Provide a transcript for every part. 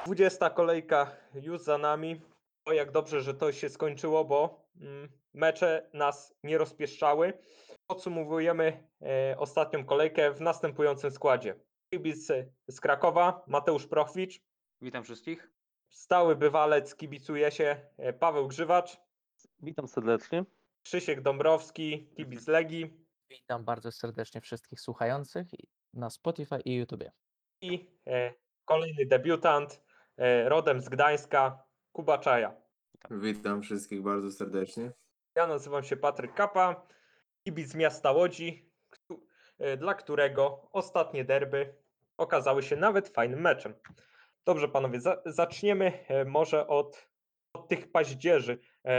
20 kolejka już za nami. O, jak dobrze, że to się skończyło, bo mecze nas nie rozpieszczały. Podsumowujemy ostatnią kolejkę w następującym składzie. Kibic z Krakowa, Mateusz Prochwicz. Witam wszystkich. Stały bywalec, kibicuje się Paweł Grzywacz. Witam serdecznie. Krzysiek Dąbrowski, kibic Legii. Witam bardzo serdecznie wszystkich słuchających na Spotify i YouTube. I kolejny debiutant, rodem z Gdańska, Kuba Czaja. Witam wszystkich bardzo serdecznie. Ja nazywam się Patryk Kapa, kibic miasta Łodzi, dla którego ostatnie derby okazały się nawet fajnym meczem. Dobrze, panowie, zaczniemy może od tych paździerzy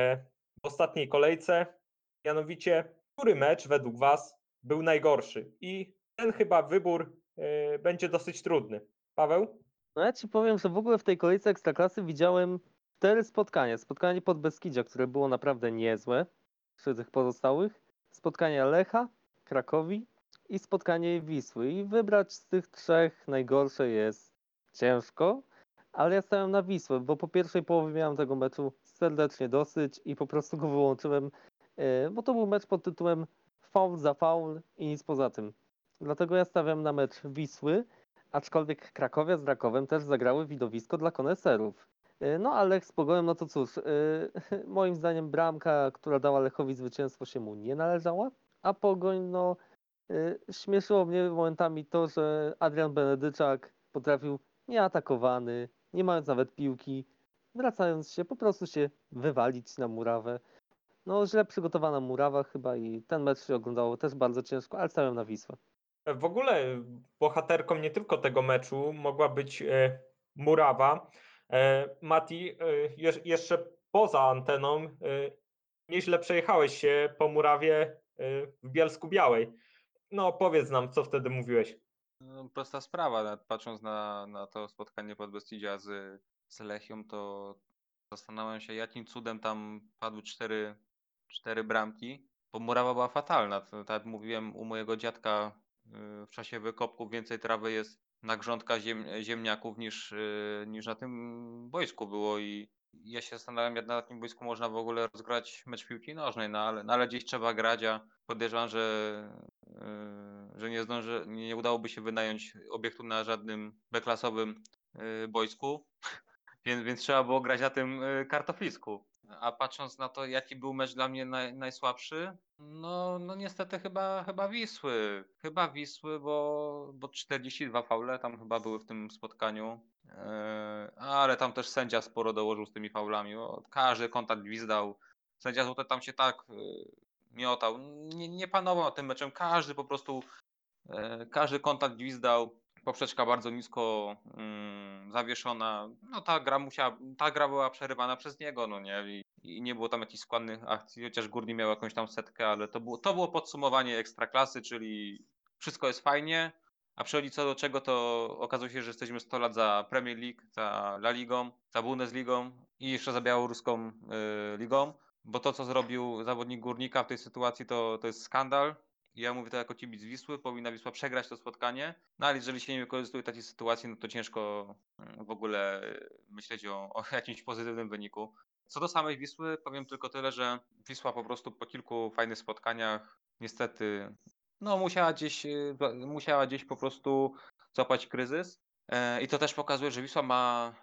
w ostatniej kolejce. Mianowicie, który mecz według was był najgorszy? I ten chyba wybór będzie dosyć trudny. Paweł? No ja ci powiem, że w ogóle w tej kolejce Ekstraklasy widziałem 4 spotkania. Spotkanie Podbeskidzia, które było naprawdę niezłe wśród tych pozostałych. Spotkanie Lecha, Krakowi i spotkanie Wisły. I wybrać z tych 3 najgorsze jest ciężko, ale ja stawiam na Wisłę, bo po pierwszej połowie miałem tego meczu serdecznie dosyć i po prostu go wyłączyłem, bo to był mecz pod tytułem faul za faul i nic poza tym. Dlatego ja stawiam na mecz Wisły, aczkolwiek Krakowia z Rakowem też zagrały widowisko dla koneserów. No ale z Pogojem, no to cóż, moim zdaniem bramka, która dała Lechowi zwycięstwo, się mu nie należała, a Pogoń, no śmieszyło mnie momentami to, że Adrian Benedyczak potrafił nieatakowany, nie mając nawet piłki, wracając się, po prostu się wywalić na murawę. No źle przygotowana murawa chyba i ten mecz się oglądało też bardzo ciężko, ale stawiam na Wisłę. W ogóle bohaterką nie tylko tego meczu mogła być Murawa. Mati, jeszcze poza anteną nieźle przejechałeś się po Murawie w Bielsku Białej. No powiedz nam, co wtedy mówiłeś. No, prosta sprawa, nawet patrząc na to spotkanie Podbeskidzia z Lechią, to zastanawiam się, jakim cudem tam padły cztery bramki, bo murawa była fatalna. Tak jak mówiłem, u mojego dziadka w czasie wykopków więcej trawy jest na grządkach ziemniaków niż na tym boisku było i ja się zastanawiam, jak na takim boisku można w ogóle rozgrać mecz piłki nożnej, no ale gdzieś trzeba grać, a podejrzewam, że nie udałoby się wynająć obiektu na żadnym B-klasowym boisku, więc trzeba było grać na tym kartoflisku. A patrząc na to, jaki był mecz dla mnie najsłabszy, no niestety chyba Wisły. Chyba Wisły, bo 42 faule tam chyba były w tym spotkaniu. Ale tam też sędzia sporo dołożył z tymi faulami. Każdy kontakt gwizdał. Sędzia Złote tam się tak miotał. Nie panował nad tym meczem. Każdy po prostu, każdy kontakt gwizdał. Poprzeczka bardzo nisko zawieszona. No ta gra była przerywana przez niego, no nie? I nie było tam jakichś składnych akcji, chociaż Górnik miał jakąś tam setkę, ale to było podsumowanie Ekstraklasy, czyli wszystko jest fajnie, a przychodzi co do czego, to okazuje się, że jesteśmy 100 lat za Premier League, za La Ligą, za Bundesligą i jeszcze za białoruską ligą, bo to, co zrobił zawodnik Górnika w tej sytuacji, to jest skandal. Ja mówię to jako kibic Wisły, powinna Wisła przegrać to spotkanie, no ale jeżeli się nie wykorzystuje takiej sytuacji, no to ciężko w ogóle myśleć o jakimś pozytywnym wyniku. Co do samej Wisły, powiem tylko tyle, że Wisła po prostu po kilku fajnych spotkaniach niestety no musiała gdzieś po prostu złapać kryzys. I to też pokazuje, że Wisła ma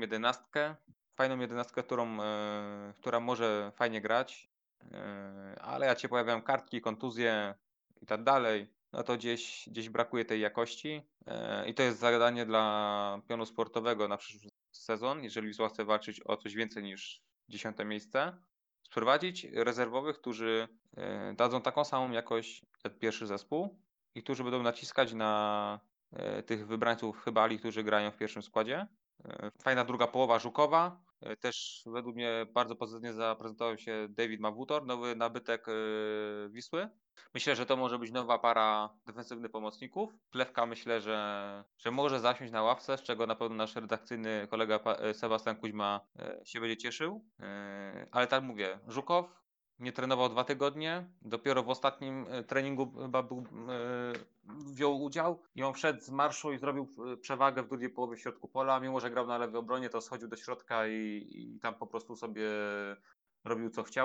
fajną jedenastkę, która może fajnie grać, ale jak się pojawiają kartki, kontuzje i tak dalej, no to gdzieś brakuje tej jakości. I to jest zadanie dla pionu sportowego na przyszły sezon, jeżeli Wisła chce walczyć o coś więcej niż 10. miejsce, sprowadzić rezerwowych, którzy dadzą taką samą jakość jak pierwszy zespół i którzy będą naciskać na tych wybrańców Chybali, którzy grają w pierwszym składzie. Fajna druga połowa Żukowa. Też według mnie bardzo pozytywnie zaprezentował się David Mawutor, nowy nabytek Wisły. Myślę, że to może być nowa para defensywnych pomocników. Plewka myślę, że może zasiąść na ławce, z czego na pewno nasz redakcyjny kolega Sebastian Kuźma się będzie cieszył. Ale tak mówię, Żukow, nie trenował 2 tygodnie. Dopiero w ostatnim treningu chyba wziął udział i on wszedł z marszu i zrobił przewagę w drugiej połowie w środku pola. Mimo że grał na lewej obronie, to schodził do środka i tam po prostu sobie robił co chciał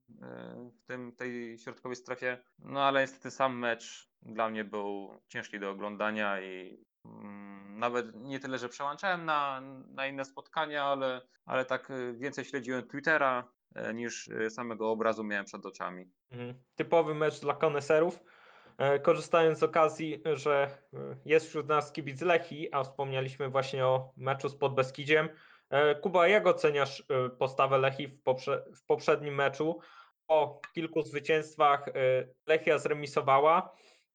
tej środkowej strefie. No ale niestety sam mecz dla mnie był ciężki do oglądania i nawet nie tyle, że przełączałem na inne spotkania, ale tak więcej śledziłem Twittera niż samego obrazu miałem przed oczami. Typowy mecz dla koneserów. Korzystając z okazji, że jest wśród nas kibic Lechii, a wspomnieliśmy właśnie o meczu z Podbeskidziem. Kuba, jak oceniasz postawę Lechii w poprzednim meczu? Po kilku zwycięstwach Lechia zremisowała.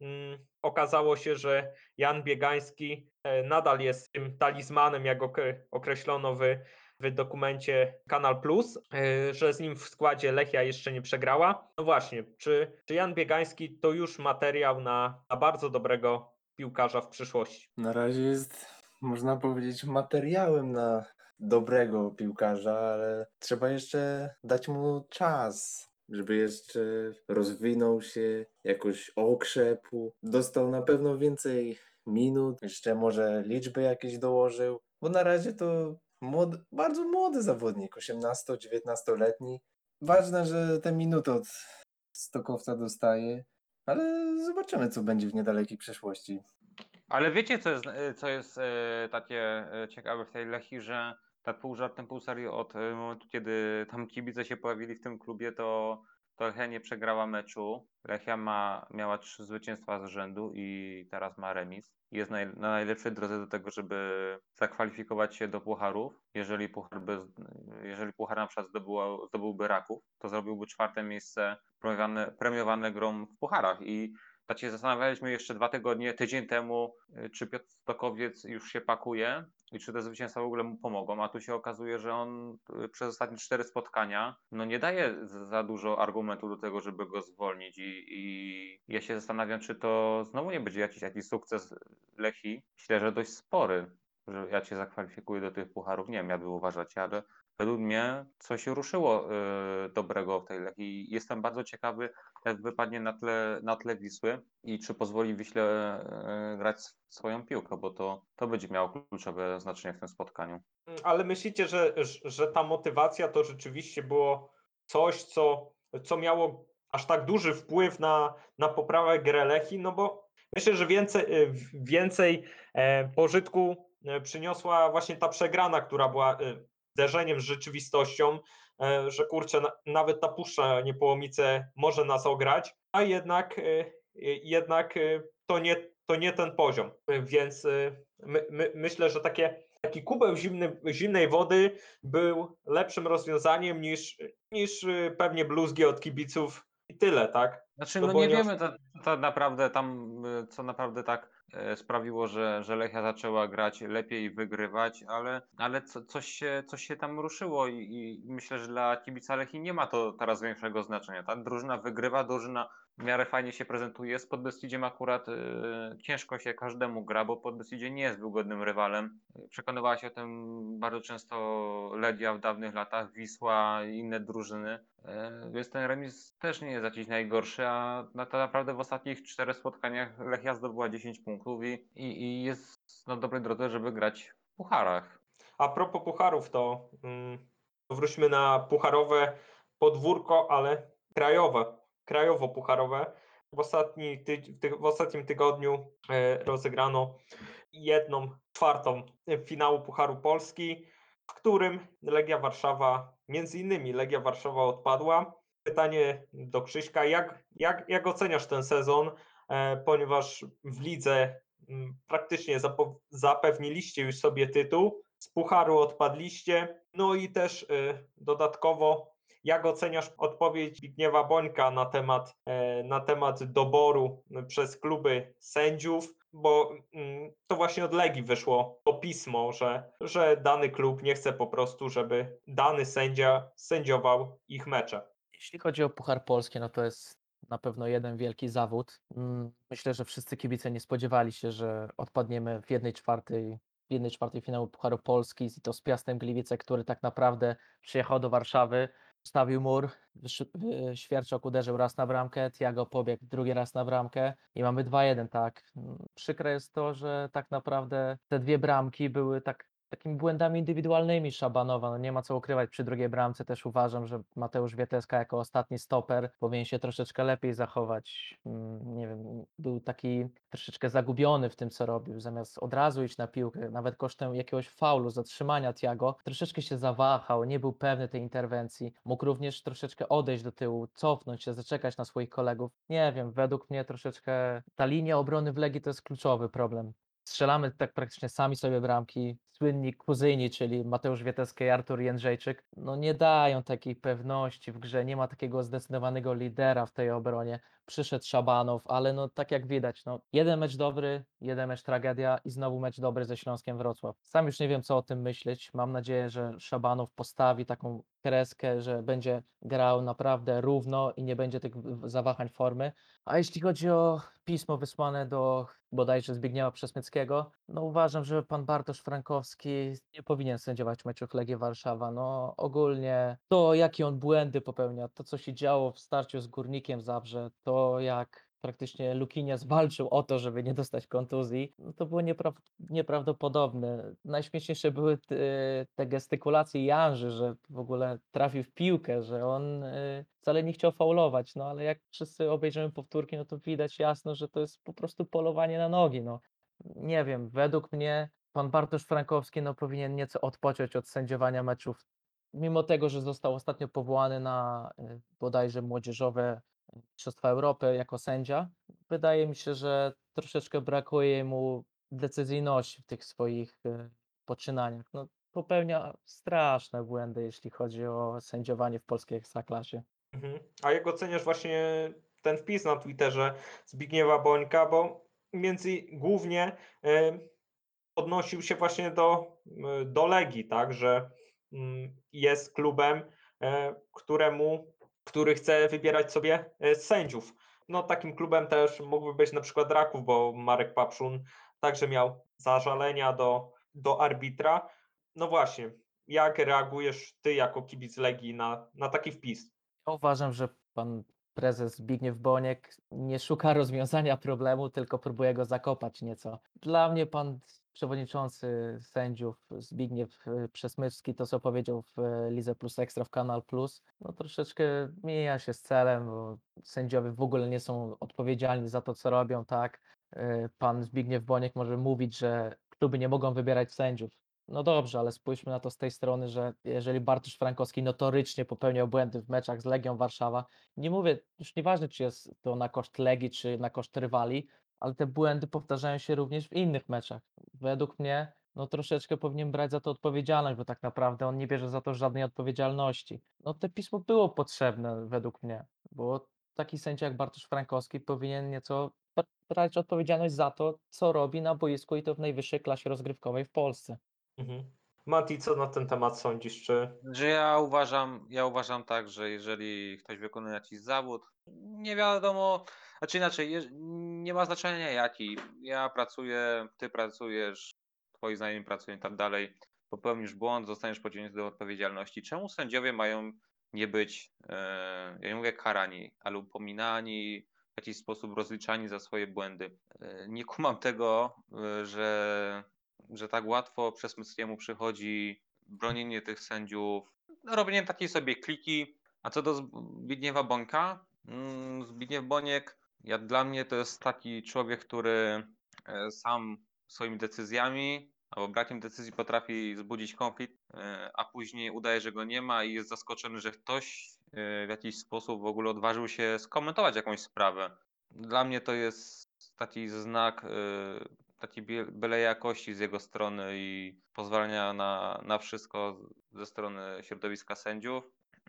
Okazało się, że Jan Biegański nadal jest tym talizmanem, jak określono w dokumencie Kanal Plus, że z nim w składzie Lechia jeszcze nie przegrała. No właśnie, czy Jan Biegański to już materiał na bardzo dobrego piłkarza w przyszłości? Na razie jest, można powiedzieć, materiałem na dobrego piłkarza, ale trzeba jeszcze dać mu czas, żeby jeszcze rozwinął się, jakoś okrzepł, dostał na pewno więcej minut, jeszcze może liczby jakieś dołożył, bo na razie to bardzo młody zawodnik, 18-19-letni. Ważne, że te minuty od Stokowca dostaje, ale zobaczymy, co będzie w niedalekiej przyszłości. Ale wiecie, co jest takie ciekawe w tej Lechii, że tak pół żartem, pół serio od momentu, kiedy tam kibice się pojawili w tym klubie, to Lechia nie przegrała meczu. Lechia miała 3 zwycięstwa z rzędu i teraz ma remis. Jest na najlepszej drodze do tego, żeby zakwalifikować się do pucharów. Jeżeli puchar na przykład zdobyłby Raków, to zrobiłby 4. miejsce premiowane grą w pucharach. I tak się zastanawialiśmy jeszcze 2 tygodnie, tydzień temu, czy Piotr Stokowiec już się pakuje i czy te zwycięstwa w ogóle mu pomogą, a tu się okazuje, że on przez ostatnie 4 spotkania no nie daje za dużo argumentów do tego, żeby go zwolnić i ja się zastanawiam, czy to znowu nie będzie jakiś sukces Lechii. Myślę, że dość spory, że ja cię zakwalifikuję do tych pucharów. Nie wiem, jak wy uważacie, ale według mnie coś ruszyło dobrego w tej Lechii. Jestem bardzo ciekawy, jak wypadnie na tle Wisły i czy pozwoli Wiśle grać swoją piłkę, bo to będzie miało kluczowe znaczenie w tym spotkaniu. Ale myślicie, że ta motywacja to rzeczywiście było coś, co miało aż tak duży wpływ na poprawę gry Lechii? No bo myślę, że więcej pożytku przyniosła właśnie ta przegrana, która była zderzeniem z rzeczywistością, że kurczę, nawet ta Puszcza Niepołomice może nas ograć, a jednak to nie ten poziom. Więc myślę, że taki kubeł zimnej wody był lepszym rozwiązaniem niż pewnie bluzgi od kibiców i tyle, tak? Znaczy, No no bo nie nie wiemy to naprawdę tam, co naprawdę tak sprawiło, że Lechia zaczęła grać lepiej i wygrywać, ale coś się tam ruszyło i myślę, że dla kibica Lechii nie ma to teraz większego znaczenia. Ta drużyna wygrywa, drużyna w miarę fajnie się prezentuje. Z Podbeskidziem akurat ciężko się każdemu gra, bo Podbeskidzie nie jest wygodnym rywalem. Przekonywała się o tym bardzo często Legia w dawnych latach, Wisła i inne drużyny. Więc ten remis też nie jest jakiś najgorszy, a to naprawdę w ostatnich 4 spotkaniach Lechia zdobyła 10 punktów i jest na dobrej drodze, żeby grać w pucharach. A propos pucharów, to wróćmy na pucharowe podwórko, ale krajowo-pucharowe. W ostatnim tygodniu rozegrano 1/4 finału Pucharu Polski, w którym Legia Warszawa, między innymi Legia Warszawa odpadła. Pytanie do Krzyśka, jak oceniasz ten sezon, ponieważ w lidze praktycznie zapewniliście już sobie tytuł, z Pucharu odpadliście, no i też dodatkowo jak oceniasz odpowiedź Zbigniewa Bońka na temat doboru przez kluby sędziów, bo to właśnie od Legii wyszło to pismo, że dany klub nie chce po prostu, żeby dany sędzia sędziował ich mecze. Jeśli chodzi o Puchar Polski, no to jest na pewno jeden wielki zawód. Myślę, że wszyscy kibice nie spodziewali się, że odpadniemy w 1/4 finału Pucharu Polski i to z Piastem Gliwice, który tak naprawdę przyjechał do Warszawy Stawił mur, Świerczok uderzył raz na bramkę, Thiago pobiegł drugi raz na bramkę i mamy 2-1, tak. Przykre jest to, że tak naprawdę te dwie bramki były takimi błędami indywidualnymi Szabanowa. No nie ma co ukrywać, przy drugiej bramce też uważam, że Mateusz Wieteska jako ostatni stoper powinien się troszeczkę lepiej zachować. Nie wiem, był taki troszeczkę zagubiony w tym, co robił. Zamiast od razu iść na piłkę, nawet kosztem jakiegoś faulu, zatrzymania Thiago, troszeczkę się zawahał, nie był pewny tej interwencji. Mógł również troszeczkę odejść do tyłu, cofnąć się, zaczekać na swoich kolegów. Nie wiem, według mnie troszeczkę ta linia obrony w Legii to jest kluczowy problem. Strzelamy tak praktycznie sami sobie bramki. Słynni kuzyni, czyli Mateusz Wieteska i Artur Jędrzejczyk, no nie dają takiej pewności w grze, nie ma takiego zdecydowanego lidera w tej obronie. Przyszedł Szabanow, ale no tak jak widać, no jeden mecz dobry, jeden mecz tragedia i znowu mecz dobry ze Śląskiem Wrocław. Sam już nie wiem, co o tym myśleć. Mam nadzieję, że Szabanow postawi taką kreskę, że będzie grał naprawdę równo i nie będzie tych zawahań formy. A jeśli chodzi o pismo wysłane do bodajże Zbigniewa Przesmyckiego, no uważam, że pan Bartosz Frankowski nie powinien sędziować meczów Legii Warszawa. No ogólnie to, jakie on błędy popełnia, to co się działo w starciu z Górnikiem Zabrze, to jak praktycznie Lukinias walczył o to, żeby nie dostać kontuzji, no to było nieprawdopodobne. Najśmieszniejsze były te gestykulacje Janży, że w ogóle trafił w piłkę, że on wcale nie chciał faulować, no ale jak wszyscy obejrzymy powtórki, no to widać jasno, że to jest po prostu polowanie na nogi, no. Nie wiem, według mnie pan Bartosz Frankowski no, powinien nieco odpocząć od sędziowania meczów. Mimo tego, że został ostatnio powołany na bodajże młodzieżowe Mistrzostwa Europy jako sędzia, wydaje mi się, że troszeczkę brakuje mu decyzyjności w tych swoich poczynaniach. No, popełnia straszne błędy, jeśli chodzi o sędziowanie w polskiej ekstraklasie. Mhm. A jak oceniasz właśnie ten wpis na Twitterze Zbigniewa Bońka, bo głównie odnosił się właśnie do Legii, tak, że jest klubem, który chce wybierać sobie sędziów. No takim klubem też mógłby być na przykład Raków, bo Marek Papszun także miał zażalenia do arbitra. No właśnie, jak reagujesz ty jako kibic Legii na taki wpis? Ja uważam, że pan prezes Zbigniew Boniek nie szuka rozwiązania problemu, tylko próbuje go zakopać nieco. Dla mnie pan przewodniczący sędziów Zbigniew Przesmycki, to co powiedział w Lidze Plus Ekstra w Kanal Plus, no troszeczkę mija się z celem, bo sędziowie w ogóle nie są odpowiedzialni za to, co robią, tak? Pan Zbigniew Boniek może mówić, że kluby nie mogą wybierać sędziów. No dobrze, ale spójrzmy na to z tej strony, że jeżeli Bartosz Frankowski notorycznie popełniał błędy w meczach z Legią Warszawa, nie mówię, już nieważne, czy jest to na koszt Legii, czy na koszt rywali, ale te błędy powtarzają się również w innych meczach. Według mnie, no troszeczkę powinien brać za to odpowiedzialność, bo tak naprawdę on nie bierze za to żadnej odpowiedzialności. No te pismo było potrzebne według mnie, bo taki sędzia jak Bartosz Frankowski powinien nieco brać odpowiedzialność za to, co robi na boisku i to w najwyższej klasie rozgrywkowej w Polsce. Mhm. Mati, co na ten temat sądzisz? Że ja uważam tak, że jeżeli ktoś wykonuje jakiś zawód, nie wiadomo, znaczy inaczej, nie ma znaczenia jaki. Ja pracuję, ty pracujesz, twoi znajomi pracują i tak dalej. Popełnisz błąd, zostaniesz pociągnięty do odpowiedzialności. Czemu sędziowie mają nie być, ja nie mówię karani, ale upominani, w jakiś sposób rozliczani za swoje błędy? Nie kumam tego, że tak łatwo Przesmyckiemu przychodzi bronienie tych sędziów, robienie takiej sobie kliki. A co do Zbigniewa Bońka, Zbigniew Boniek, dla mnie to jest taki człowiek, który sam swoimi decyzjami albo brakiem decyzji potrafi wzbudzić konflikt, a później udaje, że go nie ma i jest zaskoczony, że ktoś w jakiś sposób w ogóle odważył się skomentować jakąś sprawę. Dla mnie to jest taki znak takiej byle jakości z jego strony i pozwalania na wszystko ze strony środowiska sędziów.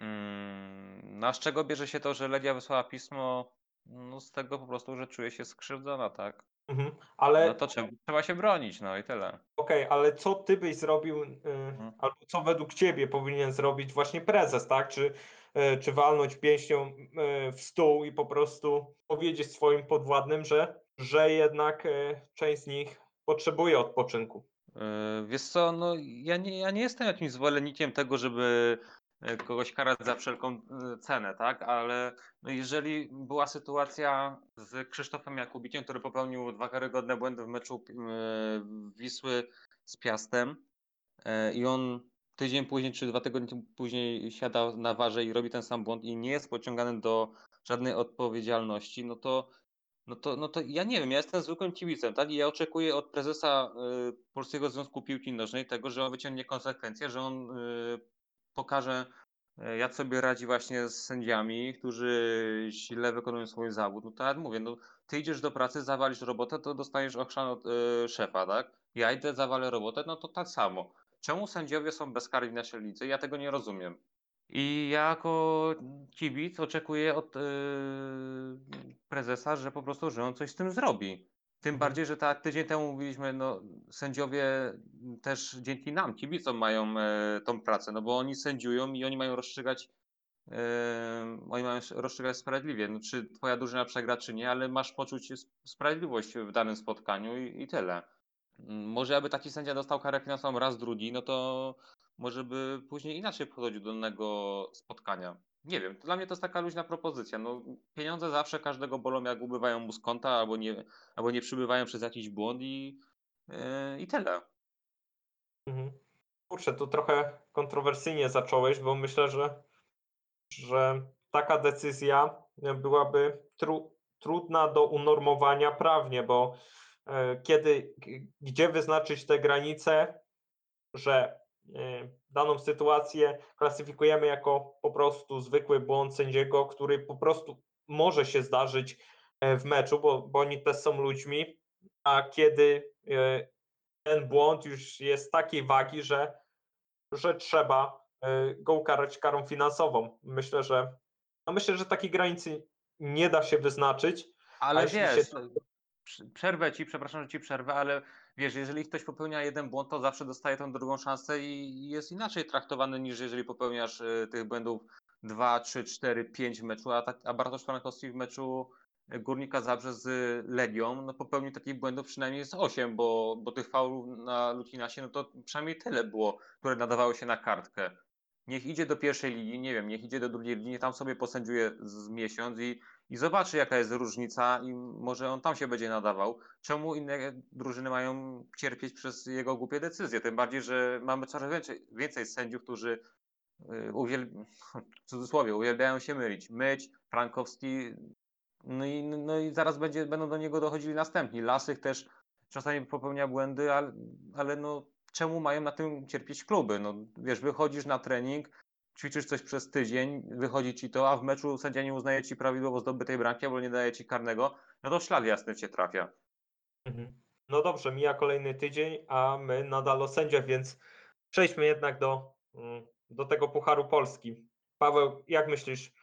No a z czego bierze się to, że Legia wysłała pismo? No z tego po prostu, że czuje się skrzywdzona, tak? Mhm. No Ale to trzeba się bronić, no i tyle. okej, ale co ty byś zrobił, albo co według ciebie powinien zrobić właśnie prezes, tak? Czy walnąć pięścią w stół i po prostu powiedzieć swoim podwładnym, że jednak część z nich potrzebuje odpoczynku? Wiesz co, no ja nie jestem jakimś zwolennikiem tego, żeby kogoś karać za wszelką cenę, tak? Ale no jeżeli była sytuacja z Krzysztofem Jakubiciem, który popełnił 2 karygodne błędy w meczu Wisły z Piastem, i on tydzień później czy 2 tygodnie później siada na warze i robi ten sam błąd i nie jest pociągany do żadnej odpowiedzialności, no to ja nie wiem, ja jestem zwykłym kibicem, tak? I ja oczekuję od prezesa Polskiego Związku Piłki Nożnej tego, że on wyciągnie konsekwencje, że on pokaże, jak sobie radzi właśnie z sędziami, którzy źle wykonują swój zawód. No to jak mówię, no ty idziesz do pracy, zawalisz robotę, to dostajesz ochrzan od szefa, tak? Ja idę, zawalę robotę, no to tak samo. Czemu sędziowie są bezkarni w naszej lidze? Ja tego nie rozumiem. I ja jako kibic oczekuję od prezesa, że po prostu, że on coś z tym zrobi. Tym Mhm. bardziej, że tak tydzień temu mówiliśmy, no sędziowie też dzięki nam, kibicom mają tą pracę, no bo oni sędziują i oni mają rozstrzygać sprawiedliwie. No, czy twoja drużyna przegra, czy nie, ale masz poczuć sprawiedliwość w danym spotkaniu i tyle. Może aby taki sędzia dostał karę finansową raz, drugi, no to może by później inaczej podchodził do danego spotkania. Nie wiem, dla mnie to jest taka luźna propozycja. No, pieniądze zawsze każdego bolą, jak ubywają mu z konta, albo nie przybywają przez jakiś błąd i tyle. Mhm. Kurczę, tu trochę kontrowersyjnie zacząłeś, bo myślę, że taka decyzja byłaby trudna do unormowania prawnie, bo gdzie wyznaczyć te granice, że daną sytuację klasyfikujemy jako po prostu zwykły błąd sędziego, który po prostu może się zdarzyć w meczu, bo oni też są ludźmi, a kiedy ten błąd już jest takiej wagi, że trzeba go ukarać karą finansową. Myślę, że takiej granicy nie da się wyznaczyć, a Ale jeśli się wiesz, przerwę ci, przepraszam, że ci przerwę, ale wiesz, jeżeli ktoś popełnia jeden błąd, to zawsze dostaje tą drugą szansę i jest inaczej traktowany niż jeżeli popełniasz tych błędów 2, 3, 4, 5 w meczu, a Bartosz Frankowski w meczu Górnika Zabrze z Legią, no popełnił takich błędów przynajmniej z 8, bo tych faulów na Lukinasie, no to przynajmniej tyle było, które nadawały się na kartkę. Niech idzie do pierwszej ligi, nie wiem, niech idzie do drugiej ligi, niech tam sobie posędziuje z miesiąc i zobaczy, jaka jest różnica, i może on tam się będzie nadawał. Czemu inne drużyny mają cierpieć przez jego głupie decyzje? Tym bardziej, że mamy coraz więcej sędziów, którzy w cudzysłowie uwielbiają się myć. Frankowski, no i zaraz będą do niego dochodzili następni. Lasyk też czasami popełnia błędy, ale no czemu mają na tym cierpieć kluby? No wiesz, wychodzisz na trening, ćwiczysz coś przez tydzień, wychodzi ci to, a w meczu sędzia nie uznaje ci prawidłowo zdobytej bramki albo nie daje ci karnego, no to szlak jasny cię trafia. Mhm. No dobrze, mija kolejny tydzień, a my nadal o sędziach, więc przejdźmy jednak do tego Pucharu Polski. Paweł, jak myślisz,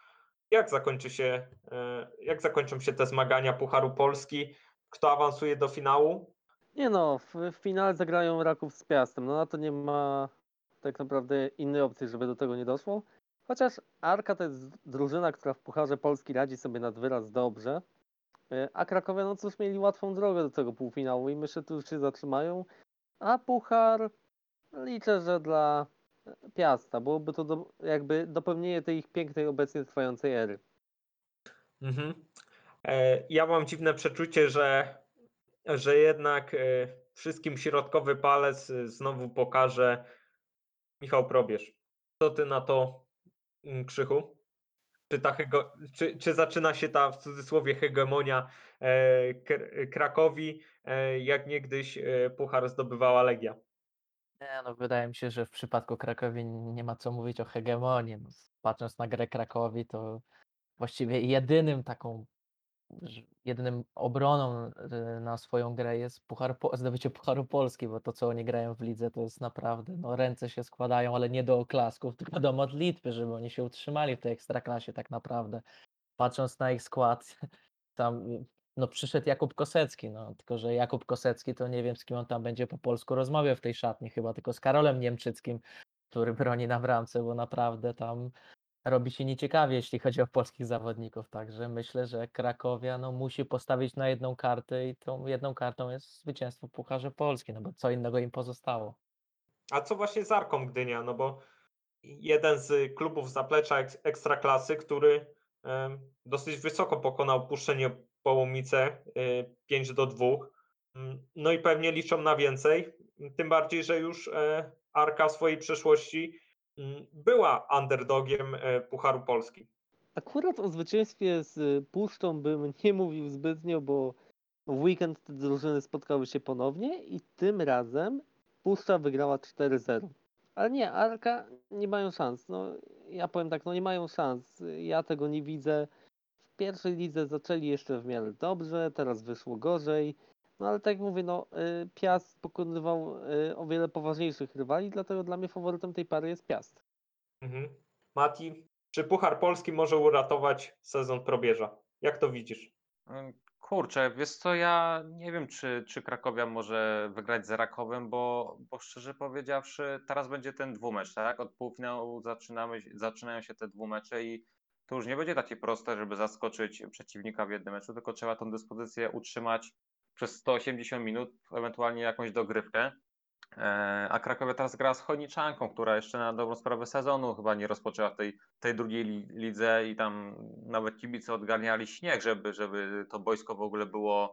jak zakończą się te zmagania Pucharu Polski? Kto awansuje do finału? Nie no, w finale zagrają Raków z Piastem. No na to nie ma tak naprawdę innej opcji, żeby do tego nie doszło. Chociaż Arka to jest drużyna, która w Pucharze Polski radzi sobie nad wyraz dobrze. A Krakowie, no cóż, mieli łatwą drogę do tego półfinału i myślę, że tu już się zatrzymają. A Puchar liczę, że dla Piasta byłoby to jakby dopełnienie tej ich pięknej obecnie trwającej ery. Mhm. Ja mam dziwne przeczucie, że jednak wszystkim środkowy palec znowu pokaże Michał Probierz. Co ty na to, Krzychu? Czy zaczyna się ta, w cudzysłowie, hegemonia Krakowi, jak niegdyś puchar zdobywała Legia? Nie, no wydaje mi się, że w przypadku Krakowi nie ma co mówić o hegemonii. No, patrząc na grę Krakowi, to właściwie jedynym obroną na swoją grę jest zdobycie Pucharu Polski, bo to, co oni grają w lidze, to jest naprawdę, no ręce się składają, ale nie do oklasków, tylko do modlitwy, żeby oni się utrzymali w tej Ekstraklasie tak naprawdę. Patrząc na ich skład, tam no przyszedł Jakub Kosecki, no tylko że Jakub Kosecki to nie wiem, z kim on tam będzie po polsku rozmawiał w tej szatni, chyba tylko z Karolem Niemczyckim, który broni na bramce, bo naprawdę tam robi się nieciekawie, jeśli chodzi o polskich zawodników. Także myślę, że Krakowia no, musi postawić na jedną kartę i tą jedną kartą jest zwycięstwo w Pucharze Polski, no bo co innego im pozostało. A co właśnie z Arką Gdynia? No bo jeden z klubów zaplecza Ekstraklasy, który dosyć wysoko pokonał Puszczę Niepołomice 5-2. No i pewnie liczą na więcej, tym bardziej, że już Arka w swojej przeszłości była underdogiem Pucharu Polski. Akurat o zwycięstwie z Puszczą bym nie mówił zbytnio, bo w weekend te drużyny spotkały się ponownie i tym razem Puszcza wygrała 4-0. Ale nie, Arka nie mają szans. No, ja powiem tak, no nie mają szans. Ja tego nie widzę. W pierwszej lidze zaczęli jeszcze w miarę dobrze, teraz wyszło gorzej. No ale tak jak mówię, no Piast pokonywał o wiele poważniejszych rywali, dlatego dla mnie faworytem tej pary jest Piast. Mhm. Mati, czy Puchar Polski może uratować sezon probierza? Jak to widzisz? Kurczę, wiesz co, ja nie wiem, czy Krakowia może wygrać z Rakowem, bo szczerze powiedziawszy, teraz będzie ten dwumecz, tak? Od półfinału zaczynają się te dwumecze i to już nie będzie takie proste, żeby zaskoczyć przeciwnika w jednym meczu, tylko trzeba tą dyspozycję utrzymać przez 180 minut, ewentualnie jakąś dogrywkę. A Krakowia teraz gra z Chojniczanką, która jeszcze na dobrą sprawę sezonu chyba nie rozpoczęła w tej drugiej lidze i tam nawet kibice odganiali śnieg, żeby to boisko w ogóle było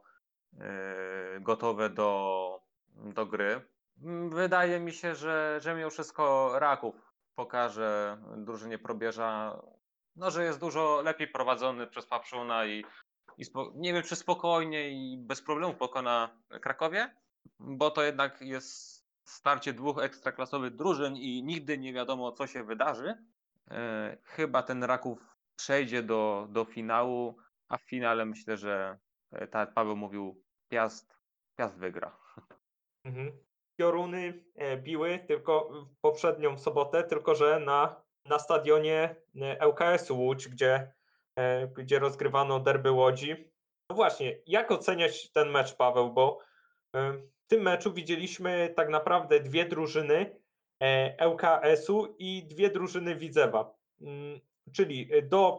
gotowe do gry. Wydaje mi się, że mimo wszystko Raków pokaże drużynie probierza, no, że jest dużo lepiej prowadzony przez Papszuna i nie wiem, czy spokojnie i bez problemów pokona Krakowie, bo to jednak jest starcie dwóch ekstraklasowych drużyn i nigdy nie wiadomo, co się wydarzy. Chyba ten Raków przejdzie do finału, a w finale myślę, że tak jak Paweł mówił, Piast wygra. Mhm. Pioruny biły tylko w poprzednią sobotę, tylko że na stadionie ŁKS-u Łódź, gdzie rozgrywano derby Łodzi. No właśnie, jak oceniać ten mecz, Paweł? Bo w tym meczu widzieliśmy tak naprawdę dwie drużyny ŁKS-u i dwie drużyny Widzewa. Czyli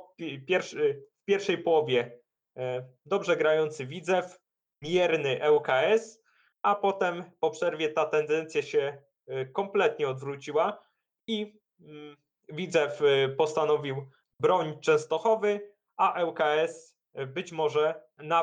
w pierwszej połowie dobrze grający Widzew, mierny ŁKS, a potem po przerwie ta tendencja się kompletnie odwróciła i Widzew postanowił bronić Częstochowy, a ŁKS być może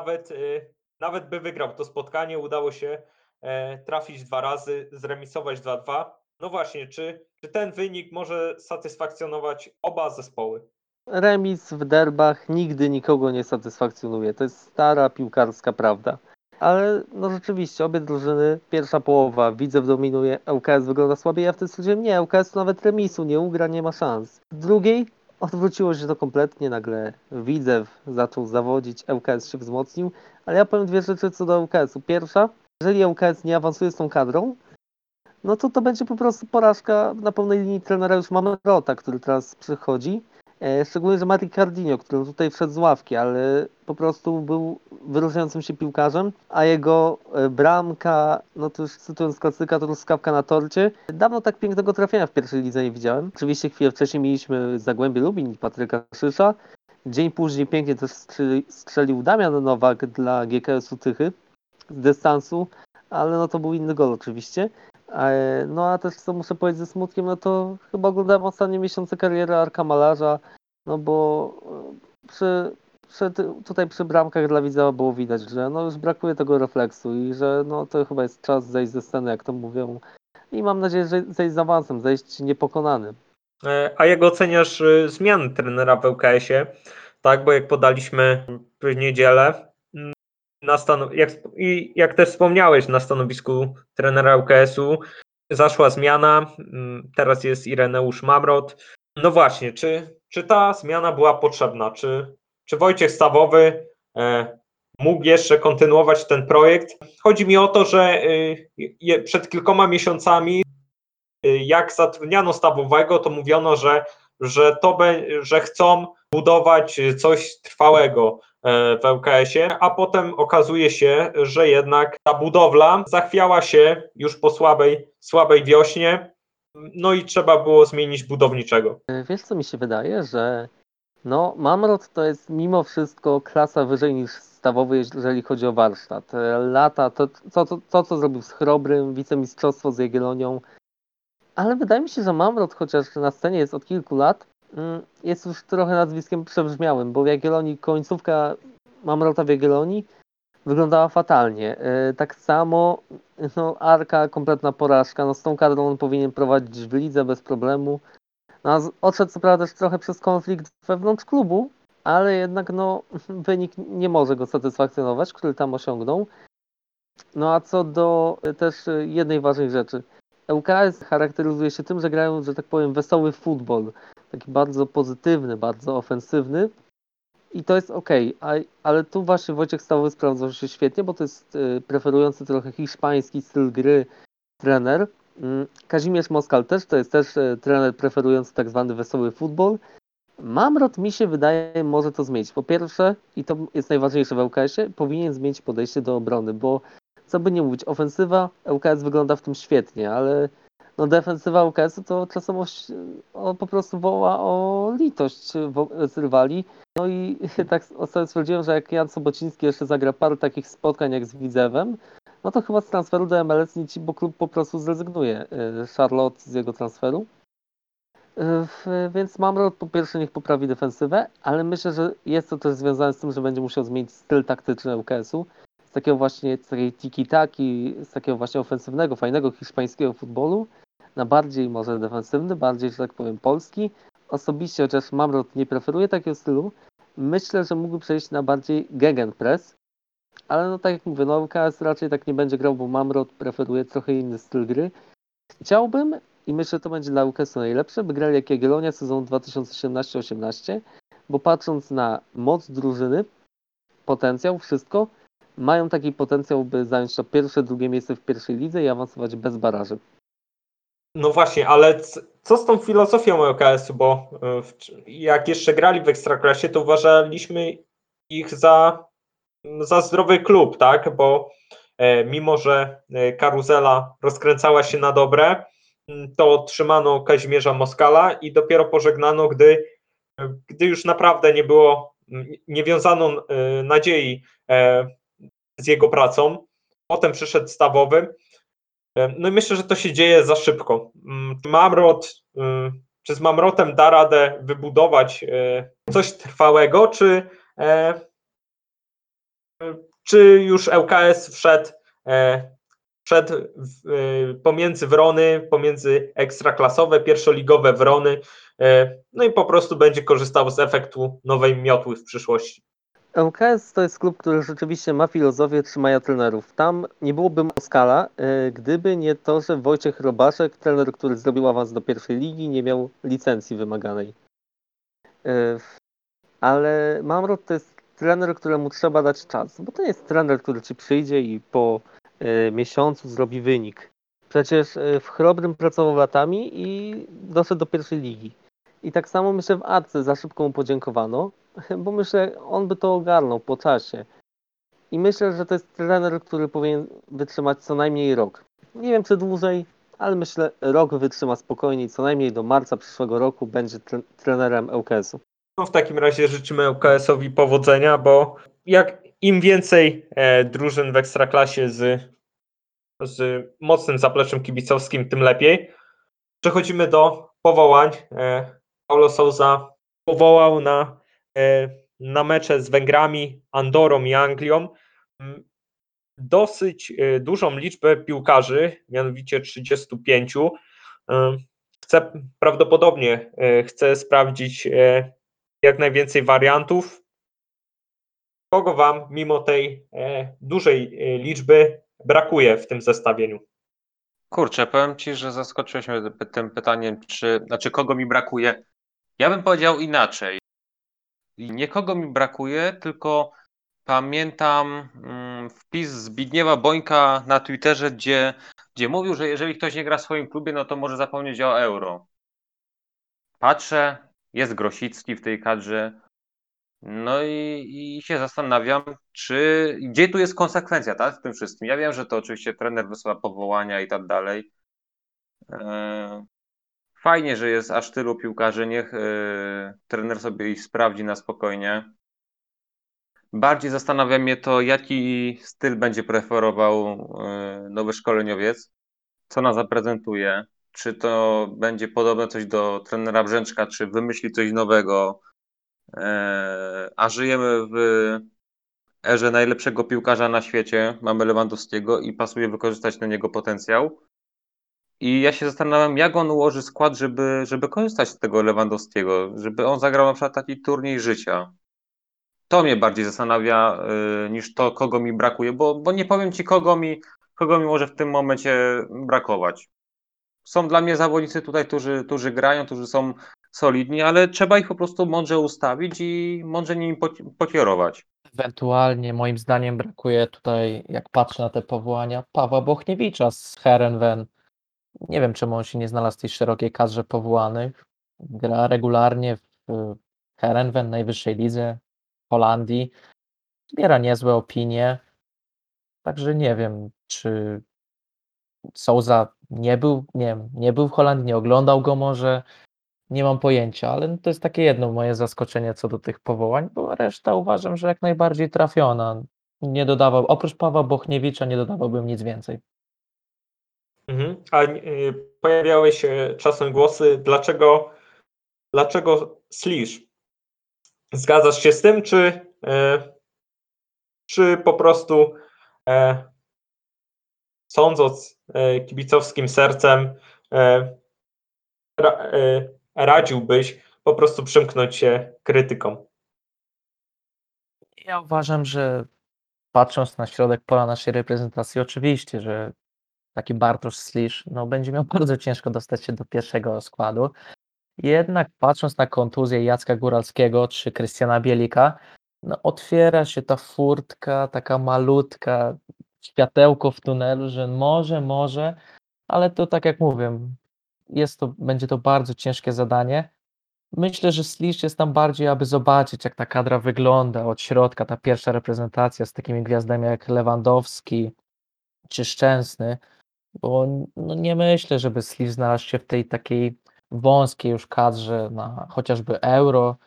nawet by wygrał to spotkanie. Udało się trafić 2 razy, zremisować 2-2. No właśnie, czy ten wynik może satysfakcjonować oba zespoły? Remis w derbach nigdy nikogo nie satysfakcjonuje. To jest stara piłkarska prawda. Ale no rzeczywiście, obie drużyny, pierwsza połowa, Widzew dominuje, ŁKS wygląda słabiej, ja wtedy stwierdziłem, nie, ŁKS nawet remisu nie ugra, nie ma szans. W drugiej odwróciło się to kompletnie, nagle Widzew zaczął zawodzić, ŁKS się wzmocnił, ale ja powiem dwie rzeczy co do ŁKS-u. Pierwsza, jeżeli ŁKS nie awansuje z tą kadrą, no to będzie po prostu porażka na pełnej linii trenera już Mamrota, który teraz przychodzi. Szczególnie, że Mati Cardinho, który tutaj wszedł z ławki, ale po prostu był wyróżniającym się piłkarzem, a jego bramka, no to już cytując klasyka, to truskawka na torcie. Dawno tak pięknego trafienia w pierwszej lidze nie widziałem. Oczywiście chwilę wcześniej mieliśmy Zagłębie Lubin i Patryka Szysza. Dzień później pięknie też strzelił Damian Nowak dla GKS-u Tychy z dystansu, ale no to był inny gol oczywiście. No a też co muszę powiedzieć ze smutkiem, no to chyba oglądałem ostatnie miesiące kariery Arka Malarza, no bo tutaj przy bramkach dla Widzewa było widać, że no już brakuje tego refleksu i że no to chyba jest czas zejść ze sceny, jak to mówią. I mam nadzieję, że zejść z awansem, zejść niepokonany. A jak oceniasz zmiany trenera w ŁKS-ie? Tak, bo jak podaliśmy w niedzielę, jak też wspomniałeś, na stanowisku trenera ŁKS-u zaszła zmiana, teraz jest Ireneusz Mamrot. No właśnie, czy ta zmiana była potrzebna? Czy Wojciech Stawowy mógł jeszcze kontynuować ten projekt? Chodzi mi o to, że przed kilkoma miesiącami, jak zatrudniano Stawowego, to mówiono, że chcą budować coś trwałego w ŁKS-ie, a potem okazuje się, że jednak ta budowla zachwiała się już po słabej wiośnie, no i trzeba było zmienić budowniczego. Wiesz co mi się wydaje, że no Mamrot to jest mimo wszystko klasa wyżej niż Stawowy, jeżeli chodzi o warsztat. Lata, to co zrobił z Chrobrym, wicemistrzostwo z Jagiellonią, ale wydaje mi się, że Mamrot, chociaż na scenie jest od kilku lat, jest już trochę nazwiskiem przebrzmiałym, bo w Jagiellonii końcówka Mamrota w Jagiellonii wyglądała fatalnie. Tak samo no, Arka, kompletna porażka. No, z tą kadrą on powinien prowadzić w lidze bez problemu. No, odszedł co prawda też trochę przez konflikt wewnątrz klubu, ale jednak no, wynik nie może go satysfakcjonować, który tam osiągnął. No a co do też jednej ważnej rzeczy. ŁKS charakteryzuje się tym, że grają, że tak powiem, wesoły futbol. Taki bardzo pozytywny, bardzo ofensywny. I to jest ok, ale tu właśnie Wojciech Stawowy sprawdzał się świetnie, bo to jest preferujący trochę hiszpański styl gry trener. Kazimierz Moskal też, to jest też trener preferujący tak zwany wesoły futbol. Mamrot mi się wydaje może to zmienić. Po pierwsze, i to jest najważniejsze w ŁKS-ie, powinien zmienić podejście do obrony, bo co by nie mówić, ofensywa ŁKS wygląda w tym świetnie, ale no defensywa ŁKS-u to czasem po prostu woła o litość z rywali. No i tak ostatnio stwierdziłem, że jak Jan Sobociński jeszcze zagra parę takich spotkań jak z Widzewem, no to chyba z transferu do MLS nic, bo klub po prostu zrezygnuje. Charlotte z jego transferu. Więc Mamrot po pierwsze niech poprawi defensywę, ale myślę, że jest to też związane z tym, że będzie musiał zmienić styl taktyczny ŁKS-u. Z takiego właśnie z takiej tiki-taki, z takiego właśnie ofensywnego, fajnego hiszpańskiego futbolu na bardziej może defensywny, bardziej, że tak powiem, polski. Osobiście, chociaż Mamrot nie preferuje takiego stylu, myślę, że mógłby przejść na bardziej gegenpress, ale no tak jak mówię, no ŁKS raczej tak nie będzie grał, bo Mamrot preferuje trochę inny styl gry. Chciałbym i myślę, że to będzie dla ŁKS-u najlepsze, by grali jak Jagiellonia sezon 2017-18, bo patrząc na moc drużyny, potencjał, wszystko, mają taki potencjał, by zająć to pierwsze, drugie miejsce w pierwszej lidze i awansować bez baraży. No właśnie, ale co z tą filozofią ŁKS-u, bo jak jeszcze grali w Ekstraklasie, to uważaliśmy ich za zdrowy klub, tak? Bo mimo, że karuzela rozkręcała się na dobre, to trzymano Kazimierza Moskala i dopiero pożegnano, gdy już naprawdę nie wiązano nadziei z jego pracą. Potem przyszedł Stawowy. No i myślę, że to się dzieje za szybko. Czy z Mamrotem da radę wybudować coś trwałego, czy już ŁKS wszedł pomiędzy wrony, pomiędzy ekstraklasowe, pierwszoligowe wrony, no i po prostu będzie korzystał z efektu nowej miotły w przyszłości. ŁKS to jest klub, który rzeczywiście ma filozofię trzymania trenerów. Tam nie byłoby Moskala, gdyby nie to, że Wojciech Robaszek, trener, który zrobił awans do pierwszej ligi, nie miał licencji wymaganej. Ale Mamrot to jest trener, któremu trzeba dać czas, bo to jest trener, który ci przyjdzie i po miesiącu zrobi wynik. Przecież w Chrobrym pracował latami i doszedł do pierwszej ligi. I tak samo myślę w Arce za szybko mu podziękowano, bo myślę, on by to ogarnął po czasie. I myślę, że to jest trener, który powinien wytrzymać co najmniej rok. Nie wiem czy dłużej, ale myślę rok wytrzyma spokojnie i co najmniej do marca przyszłego roku będzie trenerem ŁKS-u. No w takim razie życzymy ŁKS-owi powodzenia, bo im więcej drużyn w Ekstraklasie z mocnym zapleczem kibicowskim, tym lepiej. Przechodzimy do powołań. Paulo Sousa powołał na mecze z Węgrami, Andorą i Anglią dosyć dużą liczbę piłkarzy, mianowicie 35. Prawdopodobnie chce sprawdzić jak najwięcej wariantów. Kogo Wam mimo tej dużej liczby brakuje w tym zestawieniu? Kurczę, powiem Ci, że zaskoczyłeś mnie tym pytaniem, kogo mi brakuje. Ja bym powiedział inaczej. Nie kogo mi brakuje, tylko pamiętam wpis Zbigniewa Bońka na Twitterze, gdzie mówił, że jeżeli ktoś nie gra w swoim klubie, no to może zapomnieć o Euro. Patrzę, jest Grosicki w tej kadrze, no i się zastanawiam, gdzie tu jest konsekwencja, tak, w tym wszystkim. Ja wiem, że to oczywiście trener wysyła powołania i tak dalej. Fajnie, że jest aż tylu piłkarzy, niech trener sobie ich sprawdzi na spokojnie. Bardziej zastanawia mnie to, jaki styl będzie preferował nowy szkoleniowiec, co nas zaprezentuje, czy to będzie podobne coś do trenera Brzęczka, czy wymyśli coś nowego. A żyjemy w erze najlepszego piłkarza na świecie, mamy Lewandowskiego i pasuje wykorzystać na niego potencjał. I ja się zastanawiam, jak on ułoży skład, żeby korzystać z tego Lewandowskiego, żeby on zagrał na przykład taki turniej życia. To mnie bardziej zastanawia niż to, kogo mi brakuje, bo nie powiem ci, kogo mi może w tym momencie brakować. Są dla mnie zawodnicy tutaj, którzy grają, którzy są solidni, ale trzeba ich po prostu mądrze ustawić i mądrze nimi pokierować. Ewentualnie moim zdaniem brakuje tutaj, jak patrzę na te powołania, Pawła Bochniewicza z Heerenveen. Nie wiem, czemu on się nie znalazł w tej szerokiej kadrze powołanych. Gra regularnie w Heerenveen, najwyższej lidze Holandii. Zbiera niezłe opinie. Także nie wiem, czy Sousa nie był w Holandii, nie oglądał go może. Nie mam pojęcia, ale to jest takie jedno moje zaskoczenie co do tych powołań, bo reszta uważam, że jak najbardziej trafiona. Nie dodawał, oprócz Pawła Bochniewicza nie dodawałbym nic więcej. A pojawiały się czasem głosy, dlaczego Slisz? Zgadzasz się z tym, czy po prostu sądząc kibicowskim sercem radziłbyś po prostu przymknąć się krytykom? Ja uważam, że patrząc na środek pola naszej reprezentacji, oczywiście, że taki Bartosz Slisz będzie miał bardzo ciężko dostać się do pierwszego składu. Jednak patrząc na kontuzję Jacka Góralskiego czy Krystiana Bielika, otwiera się ta furtka, taka malutka, światełko w tunelu, że może, ale to tak jak mówię, będzie to bardzo ciężkie zadanie. Myślę, że Slisz jest tam bardziej, aby zobaczyć, jak ta kadra wygląda od środka, ta pierwsza reprezentacja z takimi gwiazdami jak Lewandowski czy Szczęsny, bo nie myślę, żeby Slisz znalazł się w tej takiej wąskiej już kadrze na chociażby Euro,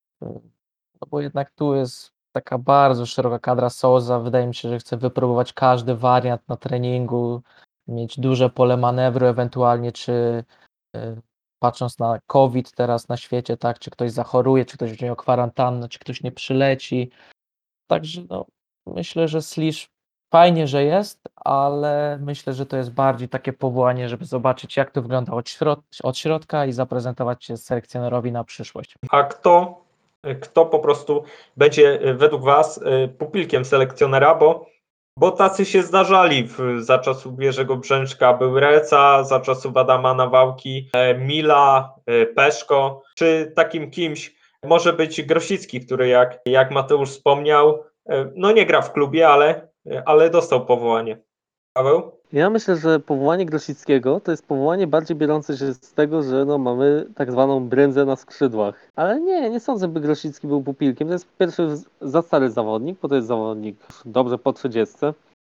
bo jednak tu jest taka bardzo szeroka kadra Sousa. Wydaje mi się, że chce wypróbować każdy wariant na treningu, mieć duże pole manewru ewentualnie, czy patrząc na COVID teraz na świecie, tak, czy ktoś zachoruje, czy ktoś będzie miał kwarantannę, czy ktoś nie przyleci. Także myślę, że Slisz fajnie, że jest, ale myślę, że to jest bardziej takie powołanie, żeby zobaczyć, jak to wygląda od środka i zaprezentować się selekcjonerowi na przyszłość. A kto po prostu będzie według Was pupilkiem selekcjonera, bo tacy się zdarzali za czasów Jerzego Brzęczka. Był Reca, za czasów Adama Nawałki, Mila, Peszko. Czy takim kimś może być Grosicki, który jak Mateusz wspomniał, nie gra w klubie, ale dostał powołanie. Paweł? Ja myślę, że powołanie Grosickiego to jest powołanie bardziej biorące się z tego, że mamy tak zwaną brędzę na skrzydłach. Ale nie sądzę, by Grosicki był pupilkiem. To jest po pierwsze za stary zawodnik, bo to jest zawodnik dobrze po 30.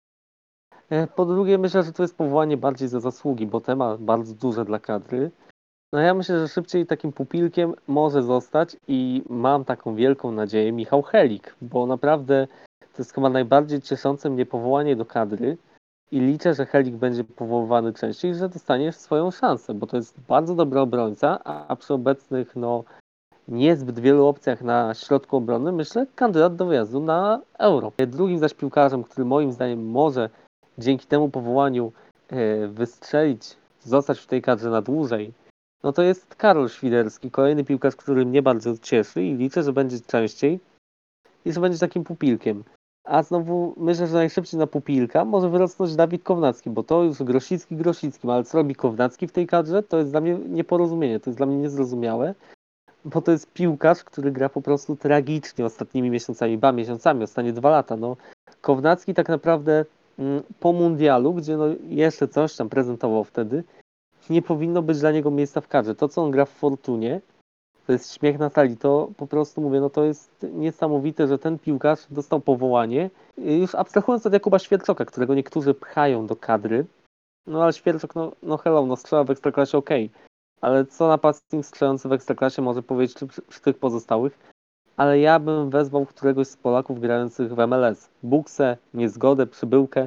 Po drugie myślę, że to jest powołanie bardziej za zasługi, bo te ma bardzo duże dla kadry. Ja myślę, że szybciej takim pupilkiem może zostać i mam taką wielką nadzieję Michał Helik, bo naprawdę to jest chyba najbardziej cieszące mnie powołanie do kadry. I liczę, że Helik będzie powoływany częściej i że dostanie swoją szansę, bo to jest bardzo dobry obrońca, a przy obecnych niezbyt wielu opcjach na środku obrony myślę kandydat do wyjazdu na Euro. Drugim zaś piłkarzem, który moim zdaniem może dzięki temu powołaniu wystrzelić, zostać w tej kadrze na dłużej, to jest Karol Świderski, kolejny piłkarz, który mnie bardzo cieszy i liczę, że będzie częściej i że będzie takim pupilkiem. A znowu myślę, że najszybciej na pupilka może wyrosnąć Dawid Kownacki, bo to już Grosickim, ale co robi Kownacki w tej kadrze, to jest dla mnie nieporozumienie, to jest dla mnie niezrozumiałe, bo to jest piłkarz, który gra po prostu tragicznie ostatnimi miesiącami, ostatnie 2 lata. Kownacki tak naprawdę po mundialu, gdzie jeszcze coś tam prezentował wtedy, nie powinno być dla niego miejsca w kadrze. To, co on gra w Fortunie, to jest śmiech na sali. To po prostu mówię, to jest niesamowite, że ten piłkarz dostał powołanie. Już abstrahując od Jakuba Świerczoka, którego niektórzy pchają do kadry. Ale Świerczok, strzela w Ekstraklasie okej. Ale co napastnik strzelający w Ekstraklasie może powiedzieć przy tych pozostałych? Ale ja bym wezwał któregoś z Polaków grających w MLS. Buksę, Niezgodę, Przybyłkę.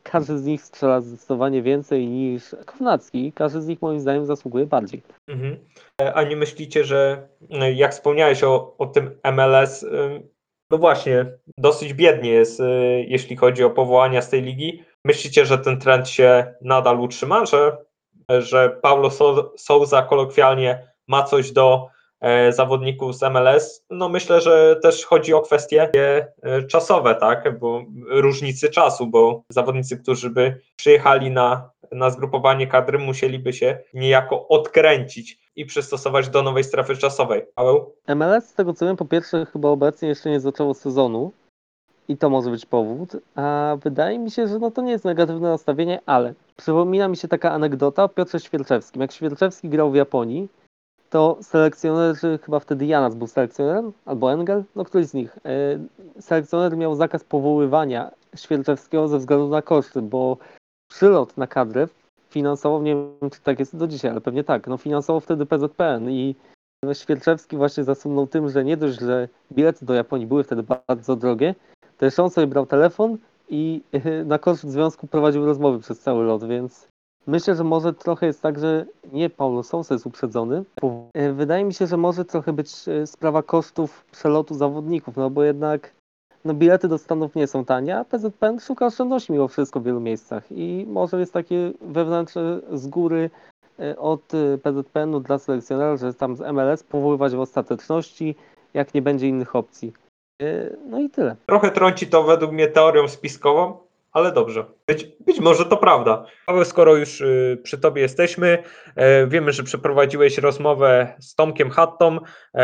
każdy z nich strzela zdecydowanie więcej niż Kownacki. Każdy z nich moim zdaniem zasługuje bardziej. Mhm. A nie myślicie, że jak wspomniałeś o tym MLS, no właśnie, dosyć biednie jest, jeśli chodzi o powołania z tej ligi. Myślicie, że ten trend się nadal utrzyma, że Paulo Sousa kolokwialnie ma coś do zawodników z MLS? No myślę, że też chodzi o kwestie czasowe, tak? Bo różnicy czasu, bo zawodnicy, którzy by przyjechali na zgrupowanie kadry, musieliby się niejako odkręcić i przystosować do nowej strefy czasowej. Paweł? MLS, z tego co wiem, po pierwsze chyba obecnie jeszcze nie zaczęło sezonu i to może być powód, a wydaje mi się, że no to nie jest negatywne nastawienie, ale przypomina mi się taka anegdota o Piotrze Świerczewskim. Jak Świerczewski grał w Japonii, to selekcjonerzy, chyba wtedy Janas był selekcjonerem, albo Engel, no któryś z nich. Selekcjoner miał zakaz powoływania Świerczewskiego ze względu na koszty, bo przylot na kadrę finansował, nie wiem czy tak jest do dzisiaj, ale pewnie tak, no finansował wtedy PZPN i Świerczewski właśnie zasunął tym, że nie dość, że bilety do Japonii były wtedy bardzo drogie, to jeszcze on sobie brał telefon i na koszt związku prowadził rozmowy przez cały lot, więc myślę, że może trochę jest tak, że nie Paulo Sousa jest uprzedzony. Wydaje mi się, że może trochę być sprawa kosztów przelotu zawodników, no bo jednak no bilety do Stanów nie są tanie, a PZPN szuka oszczędności mimo wszystko w wielu miejscach i może jest takie wewnętrzne z góry od PZPN-u dla selekcjonera, że tam z MLS powoływać w ostateczności, jak nie będzie innych opcji. No i tyle. Trochę trąci to według mnie teorią spiskową, ale dobrze. Być może to prawda. Paweł, skoro już przy tobie jesteśmy, wiemy, że przeprowadziłeś rozmowę z Tomkiem Hattą,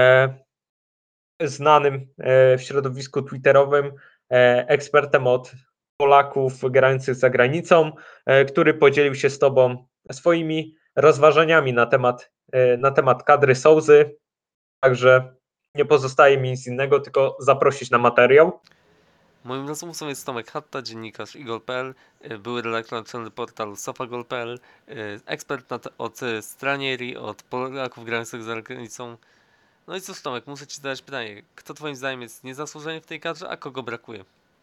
znanym w środowisku twitterowym ekspertem od Polaków grających za granicą, który podzielił się z tobą swoimi rozważaniami na temat kadry Sousy. Także nie pozostaje mi nic innego, tylko zaprosić na materiał. Moim rozmówcą jest Tomek Hatta, dziennikarz igol.pl, były redaktor naczelny portalu sofagol.pl, ekspert od Stranieri, od Polaków grających za granicą. No i cóż, Tomek, muszę Ci zadać pytanie. Kto Twoim zdaniem jest niezasłużenie w tej kadrze, a kogo brakuje?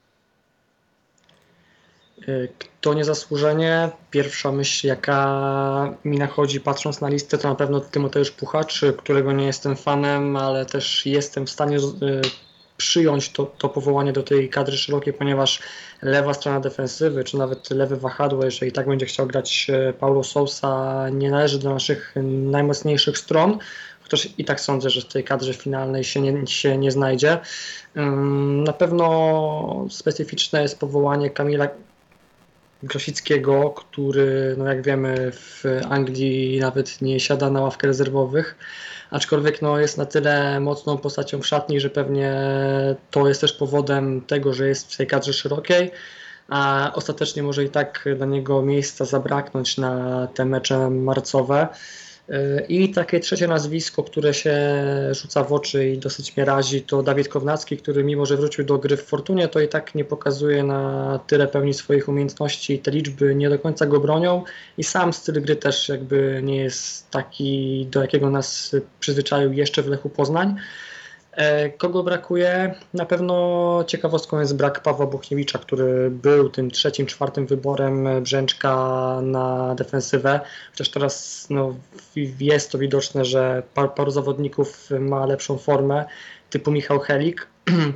Kto niezasłużenie? Pierwsza myśl, jaka mi nachodzi patrząc na listę, to na pewno Tymoteusz Puchacz, którego nie jestem fanem, ale też jestem w stanie przyjąć to powołanie do tej kadry szerokiej, ponieważ lewa strona defensywy, czy nawet lewe wahadło, jeżeli tak będzie chciał grać Paulo Sousa, nie należy do naszych najmocniejszych stron, chociaż i tak sądzę, że w tej kadrze finalnej się nie znajdzie. Na pewno specyficzne jest powołanie Kamila Grosickiego, który, no jak wiemy, w Anglii nawet nie siada na ławkę rezerwowych, aczkolwiek no, jest na tyle mocną postacią w szatni, że pewnie to jest też powodem tego, że jest w tej kadrze szerokiej, a ostatecznie może i tak dla niego miejsca zabraknąć na te mecze marcowe. I takie trzecie nazwisko, które się rzuca w oczy i dosyć mnie razi, to Dawid Kownacki, który mimo, że wrócił do gry w Fortunie, to i tak nie pokazuje na tyle pełni swoich umiejętności i te liczby nie do końca go bronią i sam styl gry też jakby nie jest taki, do jakiego nas przyzwyczaił jeszcze w Lechu Poznań. Kogo brakuje? Na pewno ciekawostką jest brak Pawła Bochniewicza, który był tym trzecim, czwartym wyborem Brzęczka na defensywę. Chociaż teraz no, jest to widoczne, że paru zawodników ma lepszą formę, typu Michał Helik.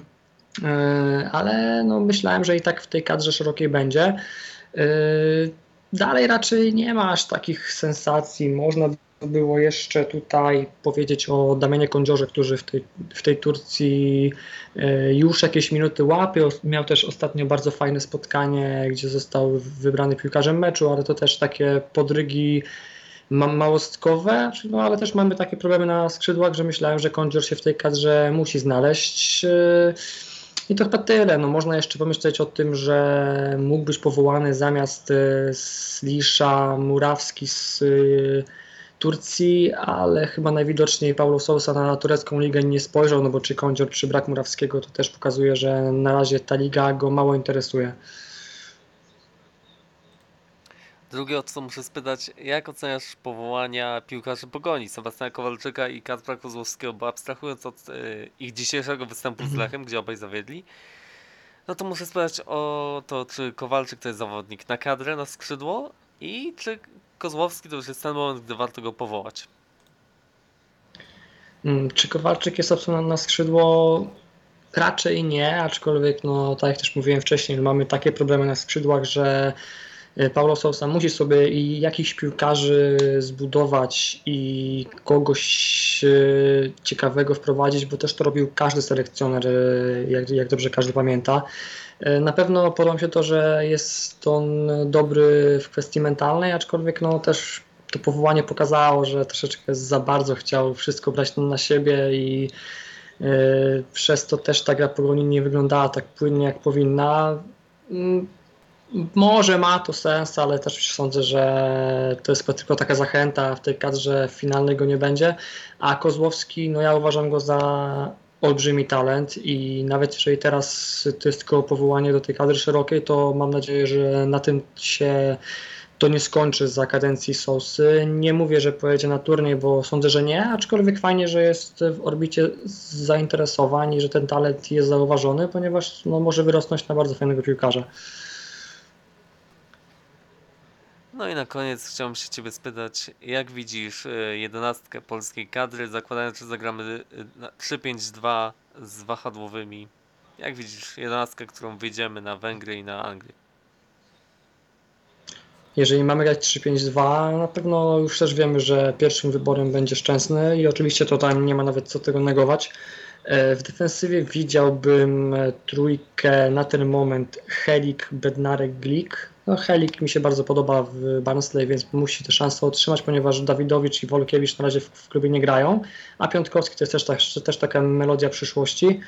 Ale no, myślałem, że i tak w tej kadrze szerokiej będzie. Dalej raczej nie ma aż takich sensacji. Można było jeszcze tutaj powiedzieć o Damianie Kondziorze, który w tej Turcji już jakieś minuty łapie. Miał też ostatnio bardzo fajne spotkanie, gdzie został wybrany piłkarzem meczu, ale to też takie podrygi małostkowe, no ale też mamy takie problemy na skrzydłach, że myślałem, że Kondzior się w tej kadrze musi znaleźć. I to chyba tyle. No, można jeszcze pomyśleć o tym, że mógł być powołany zamiast Slisza Murawski z Turcji, ale chyba najwidoczniej Paulo Sousa na turecką ligę nie spojrzał, no bo czy Kondzior, czy brak Murawskiego to też pokazuje, że na razie ta liga go mało interesuje. Drugie, o co muszę spytać, jak oceniasz powołania piłkarzy Pogoni, Sebastiana Kowalczyka i Kacpra Kozłowskiego, bo abstrahując od ich dzisiejszego występu z Lechem, gdzie obaj zawiedli, No to muszę spytać o to, czy Kowalczyk to jest zawodnik na kadrę, na skrzydło i czy Kozłowski to już jest ten moment, gdy warto go powołać. Czy Kowalczyk jest opcją na skrzydło? Raczej nie, aczkolwiek no, tak jak też mówiłem wcześniej, mamy takie problemy na skrzydłach, że Paulo Sousa musi sobie i jakichś piłkarzy zbudować i kogoś ciekawego wprowadzić, bo też to robił każdy selekcjoner, jak dobrze każdy pamięta. Na pewno podoba mi się to, że jest on dobry w kwestii mentalnej, aczkolwiek no też to powołanie pokazało, że troszeczkę za bardzo chciał wszystko brać na siebie i przez to też ta gra Pogoni nie wyglądała tak płynnie jak powinna. Może ma to sens, ale też sądzę, że to jest tylko taka zachęta, w tej kadrze finalnej go nie będzie, a Kozłowski, no ja uważam go za olbrzymi talent i nawet jeżeli teraz to jest tylko powołanie do tej kadry szerokiej, to mam nadzieję, że na tym się to nie skończy za kadencji Sousy. Nie mówię, że pojedzie na turniej, bo sądzę, że nie, aczkolwiek fajnie, że jest w orbicie zainteresowań i że ten talent jest zauważony, ponieważ no, może wyrosnąć na bardzo fajnego piłkarza. No i na koniec chciałbym się Ciebie spytać, jak widzisz 11 polskiej kadry, zakładając, że zagramy 3-5-2 z wahadłowymi. Jak widzisz 11, którą wyjdziemy na Węgry i na Anglię? Jeżeli mamy grać 3-5-2, na pewno już też wiemy, że pierwszym wyborem będzie Szczęsny i oczywiście to tam nie ma nawet co tego negować. W defensywie widziałbym trójkę na ten moment Helik, Bednarek, Glik. No, Helik mi się bardzo podoba w Barnsley, więc musi tę szansę otrzymać, ponieważ Dawidowicz i Wolkiewicz na razie w klubie nie grają, a Piątkowski to jest też taka melodia przyszłości.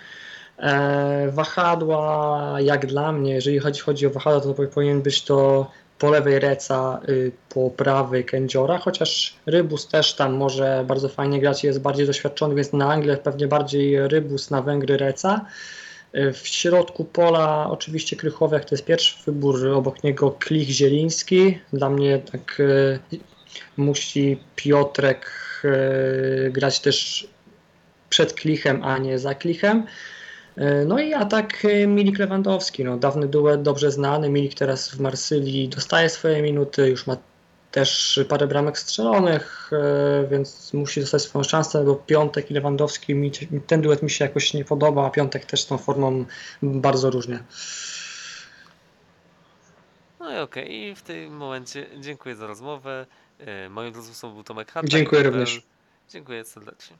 Wahadła, jak dla mnie, jeżeli chodzi o wahadła, to powinien być to po lewej Reca, po prawej Kędziora, chociaż Rybus też tam może bardzo fajnie grać i jest bardziej doświadczony, więc na Anglię pewnie bardziej Rybus, na Węgry Reca. W środku pola oczywiście Krychowiak to jest pierwszy wybór, obok niego Klich, Zieliński. Dla mnie tak musi Piotrek grać też przed Klichem, a nie za Klichem. No i atak Milik Lewandowski, no, dawny duet, dobrze znany. Milik teraz w Marsylii dostaje swoje minuty, już ma też parę bramek strzelonych, więc musi dostać swoją szansę, bo Piątek i Lewandowski, ten duet mi się jakoś nie podoba, a Piątek też tą formą bardzo różnie. No i okej, i w tym momencie dziękuję za rozmowę. Moim rozmówcą był Tomek Hartak. Dziękuję również. Dziękuję serdecznie.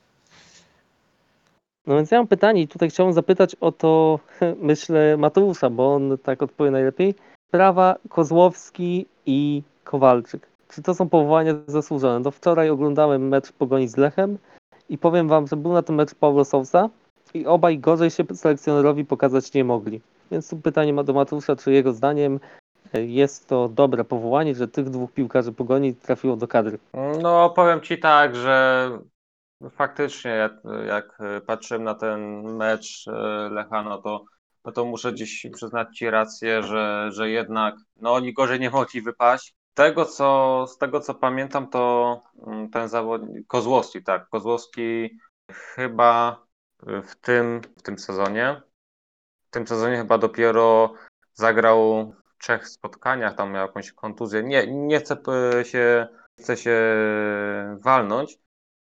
No więc ja mam pytanie i tutaj chciałbym zapytać o to, myślę, Mateusza, bo on tak odpowie najlepiej. Sprawa Kozłowski i Kowalczyk. Czy to są powołania zasłużone? No wczoraj oglądałem mecz Pogoni z Lechem i powiem wam, że był na tym mecz Paulo Sousa i obaj gorzej się selekcjonerowi pokazać nie mogli. Więc tu pytanie do Mateusza, czy jego zdaniem jest to dobre powołanie, że tych dwóch piłkarzy Pogoni trafiło do kadry? No, powiem Ci tak, że faktycznie jak patrzyłem na ten mecz Lecha, no to muszę gdzieś przyznać Ci rację, że jednak no oni gorzej nie mogli wypaść. Z tego co pamiętam, to ten zawodnik Kozłowski, tak, Kozłowski chyba w tym sezonie chyba dopiero zagrał w 3 spotkaniach, tam miał jakąś kontuzję. Nie chcę się walnąć.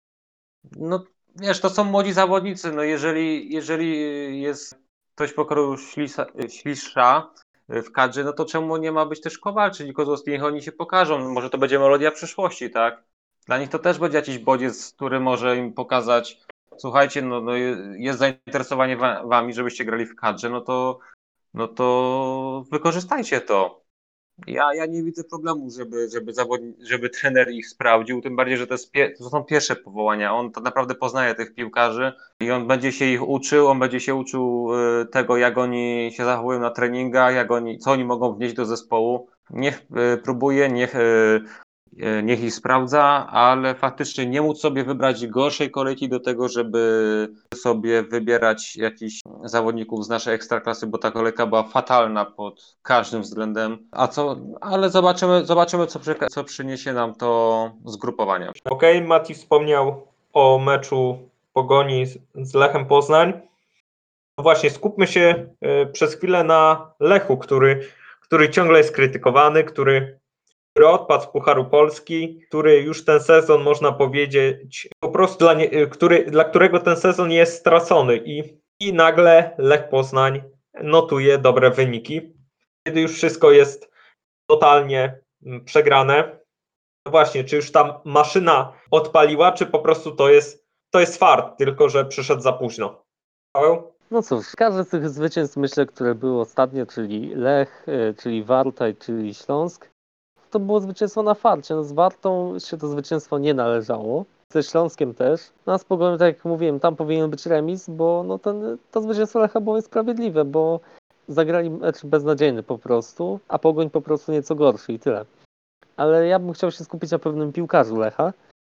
No wiesz, to są młodzi zawodnicy, no jeżeli jest ktoś pokroju Ślisza w kadrze, no to czemu nie ma być też Kowalczyk i Kozłowski, niech oni się pokażą, może to będzie melodia przyszłości, tak? Dla nich to też będzie jakiś bodziec, który może im pokazać, słuchajcie, no jest zainteresowanie wami, żebyście grali w kadrze, no to wykorzystajcie to. Ja nie widzę problemu, żeby trener ich sprawdził, tym bardziej, że to są pierwsze powołania. On tak naprawdę poznaje tych piłkarzy i on będzie się ich uczył, tego, jak oni się zachowują na treningach, co oni mogą wnieść do zespołu. Niech próbuje, niech ich sprawdza, ale faktycznie nie móc sobie wybrać gorszej kolejki do tego, żeby sobie wybierać jakichś zawodników z naszej ekstraklasy, bo ta kolejka była fatalna pod każdym względem. Ale zobaczymy co przyniesie nam to zgrupowanie. Okej, Mati wspomniał o meczu Pogoni z Lechem Poznań. No właśnie, skupmy się przez chwilę na Lechu, który ciągle jest krytykowany, który odpadł z Pucharu Polski, który już ten sezon, można powiedzieć, po prostu dla którego ten sezon jest stracony i nagle Lech Poznań notuje dobre wyniki, kiedy już wszystko jest totalnie przegrane. No właśnie, czy już ta maszyna odpaliła, czy po prostu to jest fart, tylko że przyszedł za późno? Paweł? No cóż, każde z tych zwycięstw, myślę, które były ostatnio, czyli Lech, czyli Warta, czyli Śląsk, to było zwycięstwo na farcie. No z Wartą się to zwycięstwo nie należało. Ze Śląskiem też. No a z Pogonią, tak jak mówiłem, tam powinien być remis, bo no to zwycięstwo Lecha było niesprawiedliwe, bo zagrali mecz beznadziejny po prostu, a Pogoń po prostu nieco gorszy i tyle. Ale ja bym chciał się skupić na pewnym piłkarzu Lecha.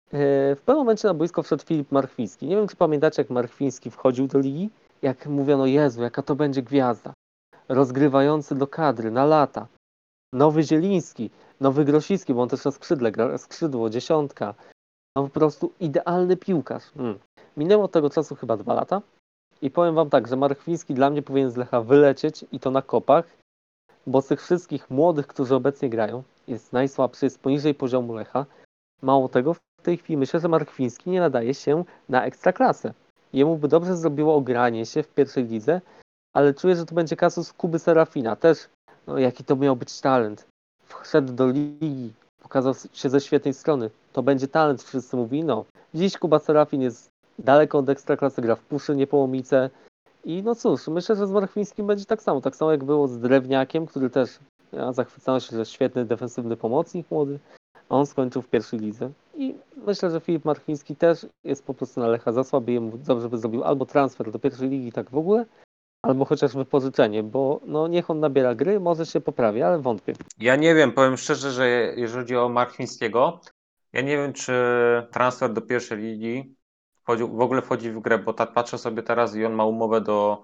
W pewnym momencie na boisko wszedł Filip Marchwiński. Nie wiem, czy pamiętacie, jak Marchwiński wchodził do ligi? Jak mówiono, Jezu, jaka to będzie gwiazda. Rozgrywający do kadry, na lata. Nowy Zieliński, nowy Grosicki, bo on też na skrzydle gra, skrzydło, dziesiątka. No po prostu idealny piłkarz. Minęło od tego czasu chyba 2 lata i powiem wam tak, że Marchwiński dla mnie powinien z Lecha wylecieć i to na kopach, bo z tych wszystkich młodych, którzy obecnie grają, jest najsłabszy, jest poniżej poziomu Lecha. Mało tego, w tej chwili myślę, że Marchwiński nie nadaje się na ekstraklasę. Jemu by dobrze zrobiło ogranie się w pierwszej lidze, ale czuję, że to będzie kasus Kuby Serafina. Też, no, jaki to miał być talent. Wszedł do ligi, pokazał się ze świetnej strony. To będzie talent, wszyscy mówili, no. Dziś Kuba Serafin jest daleko od ekstraklasy, gra w Puszy, Niepołomice. I no cóż, myślę, że z Marchwińskim będzie tak samo. Tak samo jak było z Drewniakiem, który też zachwycał się, że świetny defensywny pomocnik młody. A on skończył w pierwszej lidze. I myślę, że Filip Marchwiński też jest po prostu na Lecha za słaby. Jemu dobrze by zrobił albo transfer do pierwszej ligi tak w ogóle, albo chociaż wypożyczenie, bo no niech on nabiera gry, może się poprawi, ale wątpię. Ja nie wiem, powiem szczerze, że jeżeli chodzi o Marchwińskiego, ja nie wiem, czy transfer do pierwszej ligi w ogóle wchodzi w grę, bo tak patrzę sobie teraz i on ma umowę do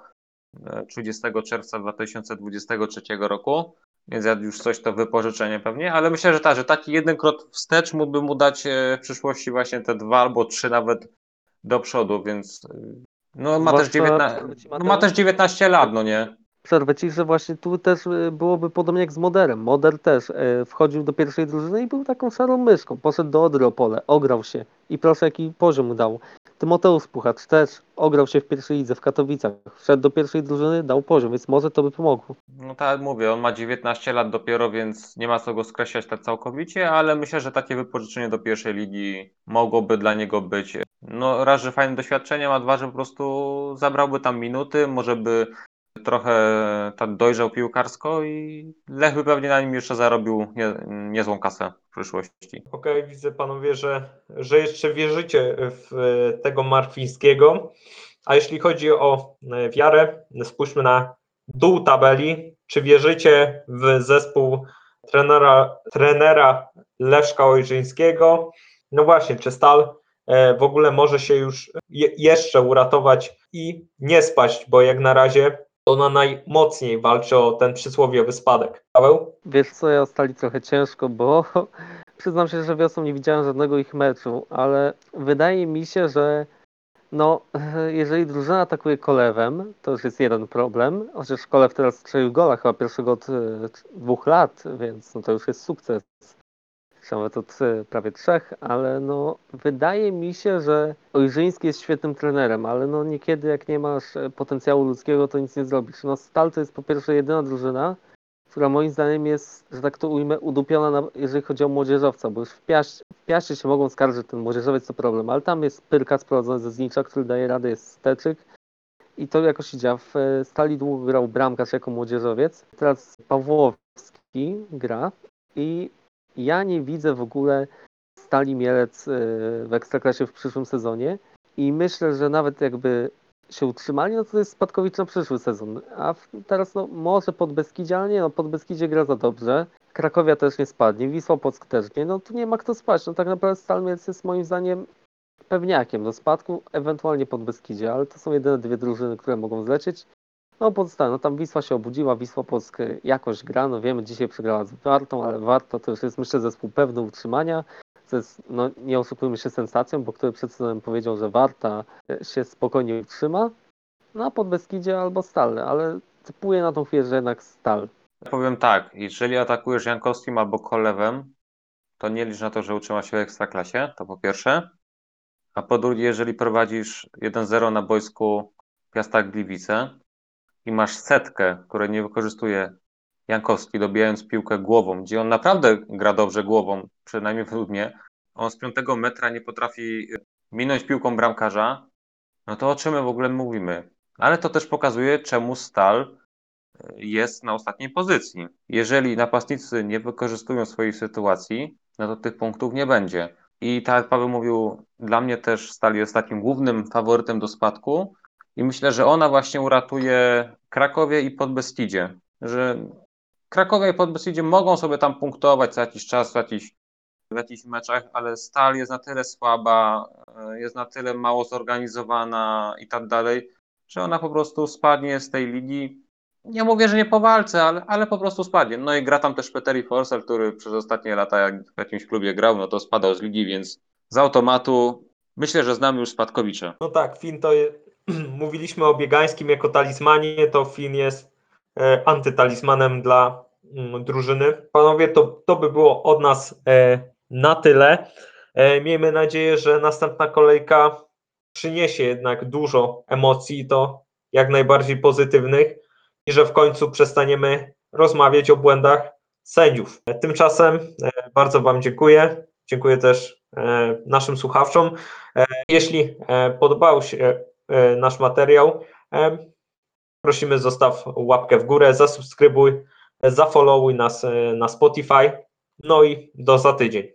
30 czerwca 2023 roku, więc ja już coś to wypożyczenie pewnie, ale myślę, że tak, że taki jeden krok wstecz mógłby mu dać w przyszłości właśnie te 2 albo 3 nawet do przodu, więc no ma też Zwłaszcza 19, no ma też 19 lat, no nie? przerwę ci, że właśnie tu też byłoby podobnie jak z Moderem. Moder też wchodził do pierwszej drużyny i był taką szarą myszką. Poszedł do Odry Opole, ograł się i proszę jaki poziom mu dał. Tymoteusz Puchacz też ograł się w pierwszej lidze w Katowicach. Wszedł do pierwszej drużyny, dał poziom, więc może to by pomogło. No tak jak mówię, on ma 19 lat dopiero, więc nie ma co go skreślać tak całkowicie, ale myślę, że takie wypożyczenie do pierwszej ligi mogłoby dla niego być, no raz, że fajnym doświadczeniem, a dwa, że po prostu zabrałby tam minuty, może by trochę tak dojrzał piłkarsko i Lech by pewnie na nim jeszcze zarobił niezłą kasę w przyszłości. Okej, widzę panowie, że jeszcze wierzycie w tego Marchwińskiego. A jeśli chodzi o wiarę, spójrzmy na dół tabeli. Czy wierzycie w zespół trenera Leszka Ojrzyńskiego? No właśnie, czy Stal w ogóle może się już jeszcze uratować i nie spaść, bo jak na razie ona najmocniej walczy o ten przysłowiowy spadek. Paweł? Wiesz co, ja stali trochę ciężko, bo przyznam się, że wiosną nie widziałem żadnego ich meczu, ale wydaje mi się, że no, jeżeli drużyna atakuje Kolewem, to już jest jeden problem, chociaż Kolew teraz strzelił gola chyba pierwszego od 2 lat, więc no to już jest sukces. Nawet od prawie 3, ale no wydaje mi się, że Ojrzyński jest świetnym trenerem, ale no niekiedy jak nie masz potencjału ludzkiego, to nic nie zrobisz. No Stal to jest po pierwsze jedyna drużyna, która moim zdaniem jest, że tak to ujmę, udupiona, jeżeli chodzi o młodzieżowca, bo już w Piaście się mogą skarżyć, że ten młodzieżowiec to problem, ale tam jest Pyrka sprowadzony ze Znicza, który daje radę, jest Steczyk i to jakoś idzie. W Stali długo grał bramkarz jako młodzieżowiec, teraz Pawłowski gra i ja nie widzę w ogóle Stali Mielec w Ekstraklasie w przyszłym sezonie i myślę, że nawet jakby się utrzymali, no to jest spadkowicz na przyszły sezon. A teraz no może Podbeskidzie, ale nie, no Podbeskidzie gra za dobrze. Krakowia też nie spadnie, Wisła Płock też nie, no tu nie ma kto spać. No tak naprawdę Stal Mielec jest moim zdaniem pewniakiem do spadku, ewentualnie Podbeskidzie, ale to są jedyne 2 drużyny, które mogą zlecieć. No pozostałe, no tam Wisła się obudziła, Wisła Płock jakoś gra, no wiemy, dzisiaj przegrała z Wartą, ale Warta to już jest myślę zespół pewny utrzymania. To jest, no nie oszukujmy się, sensacją, bo który przed sezonem powiedział, że Warta się spokojnie utrzyma. No, Podbeskidzie albo Stal, ale typuję na tą chwilę, że jednak Stal. Powiem tak, jeżeli atakujesz Jankowskim albo Kolewem, to nie licz na to, że utrzyma się w Ekstraklasie, to po pierwsze. A po drugie, jeżeli prowadzisz 1-0 na boisku Piasta Gliwice i masz setkę, której nie wykorzystuje Jankowski, dobijając piłkę głową, gdzie on naprawdę gra dobrze głową, przynajmniej według mnie, on z 5 metra nie potrafi minąć piłką bramkarza, no to o czym my w ogóle mówimy? Ale to też pokazuje, czemu Stal jest na ostatniej pozycji. Jeżeli napastnicy nie wykorzystują swojej sytuacji, no to tych punktów nie będzie. I tak jak Paweł mówił, dla mnie też Stal jest takim głównym faworytem do spadku i myślę, że ona właśnie uratuje Krakowie i Podbeskidzie, że Krakowie i Podbeskidzie mogą sobie tam punktować co jakiś czas, w jakichś meczach, ale Stal jest na tyle słaba, jest na tyle mało zorganizowana i tak dalej, że ona po prostu spadnie z tej ligi. Nie mówię, że nie po walce, ale po prostu spadnie. No i gra tam też Petteri Forsell, który przez ostatnie lata, jak w jakimś klubie grał, no to spadał z ligi, więc z automatu myślę, że znamy już spadkowicza. No tak, Finn to mówiliśmy o Biegańskim jako talizmanie, to Finn jest antytalizmanem dla drużyny. Panowie, to by było od nas na tyle. Miejmy nadzieję, że następna kolejka przyniesie jednak dużo emocji, i to jak najbardziej pozytywnych, i że w końcu przestaniemy rozmawiać o błędach sędziów. Tymczasem bardzo Wam dziękuję. Dziękuję też naszym słuchaczom. Jeśli podobał się nasz materiał, prosimy, zostaw łapkę w górę, zasubskrybuj, zafollowuj nas na Spotify. No i do za tydzień.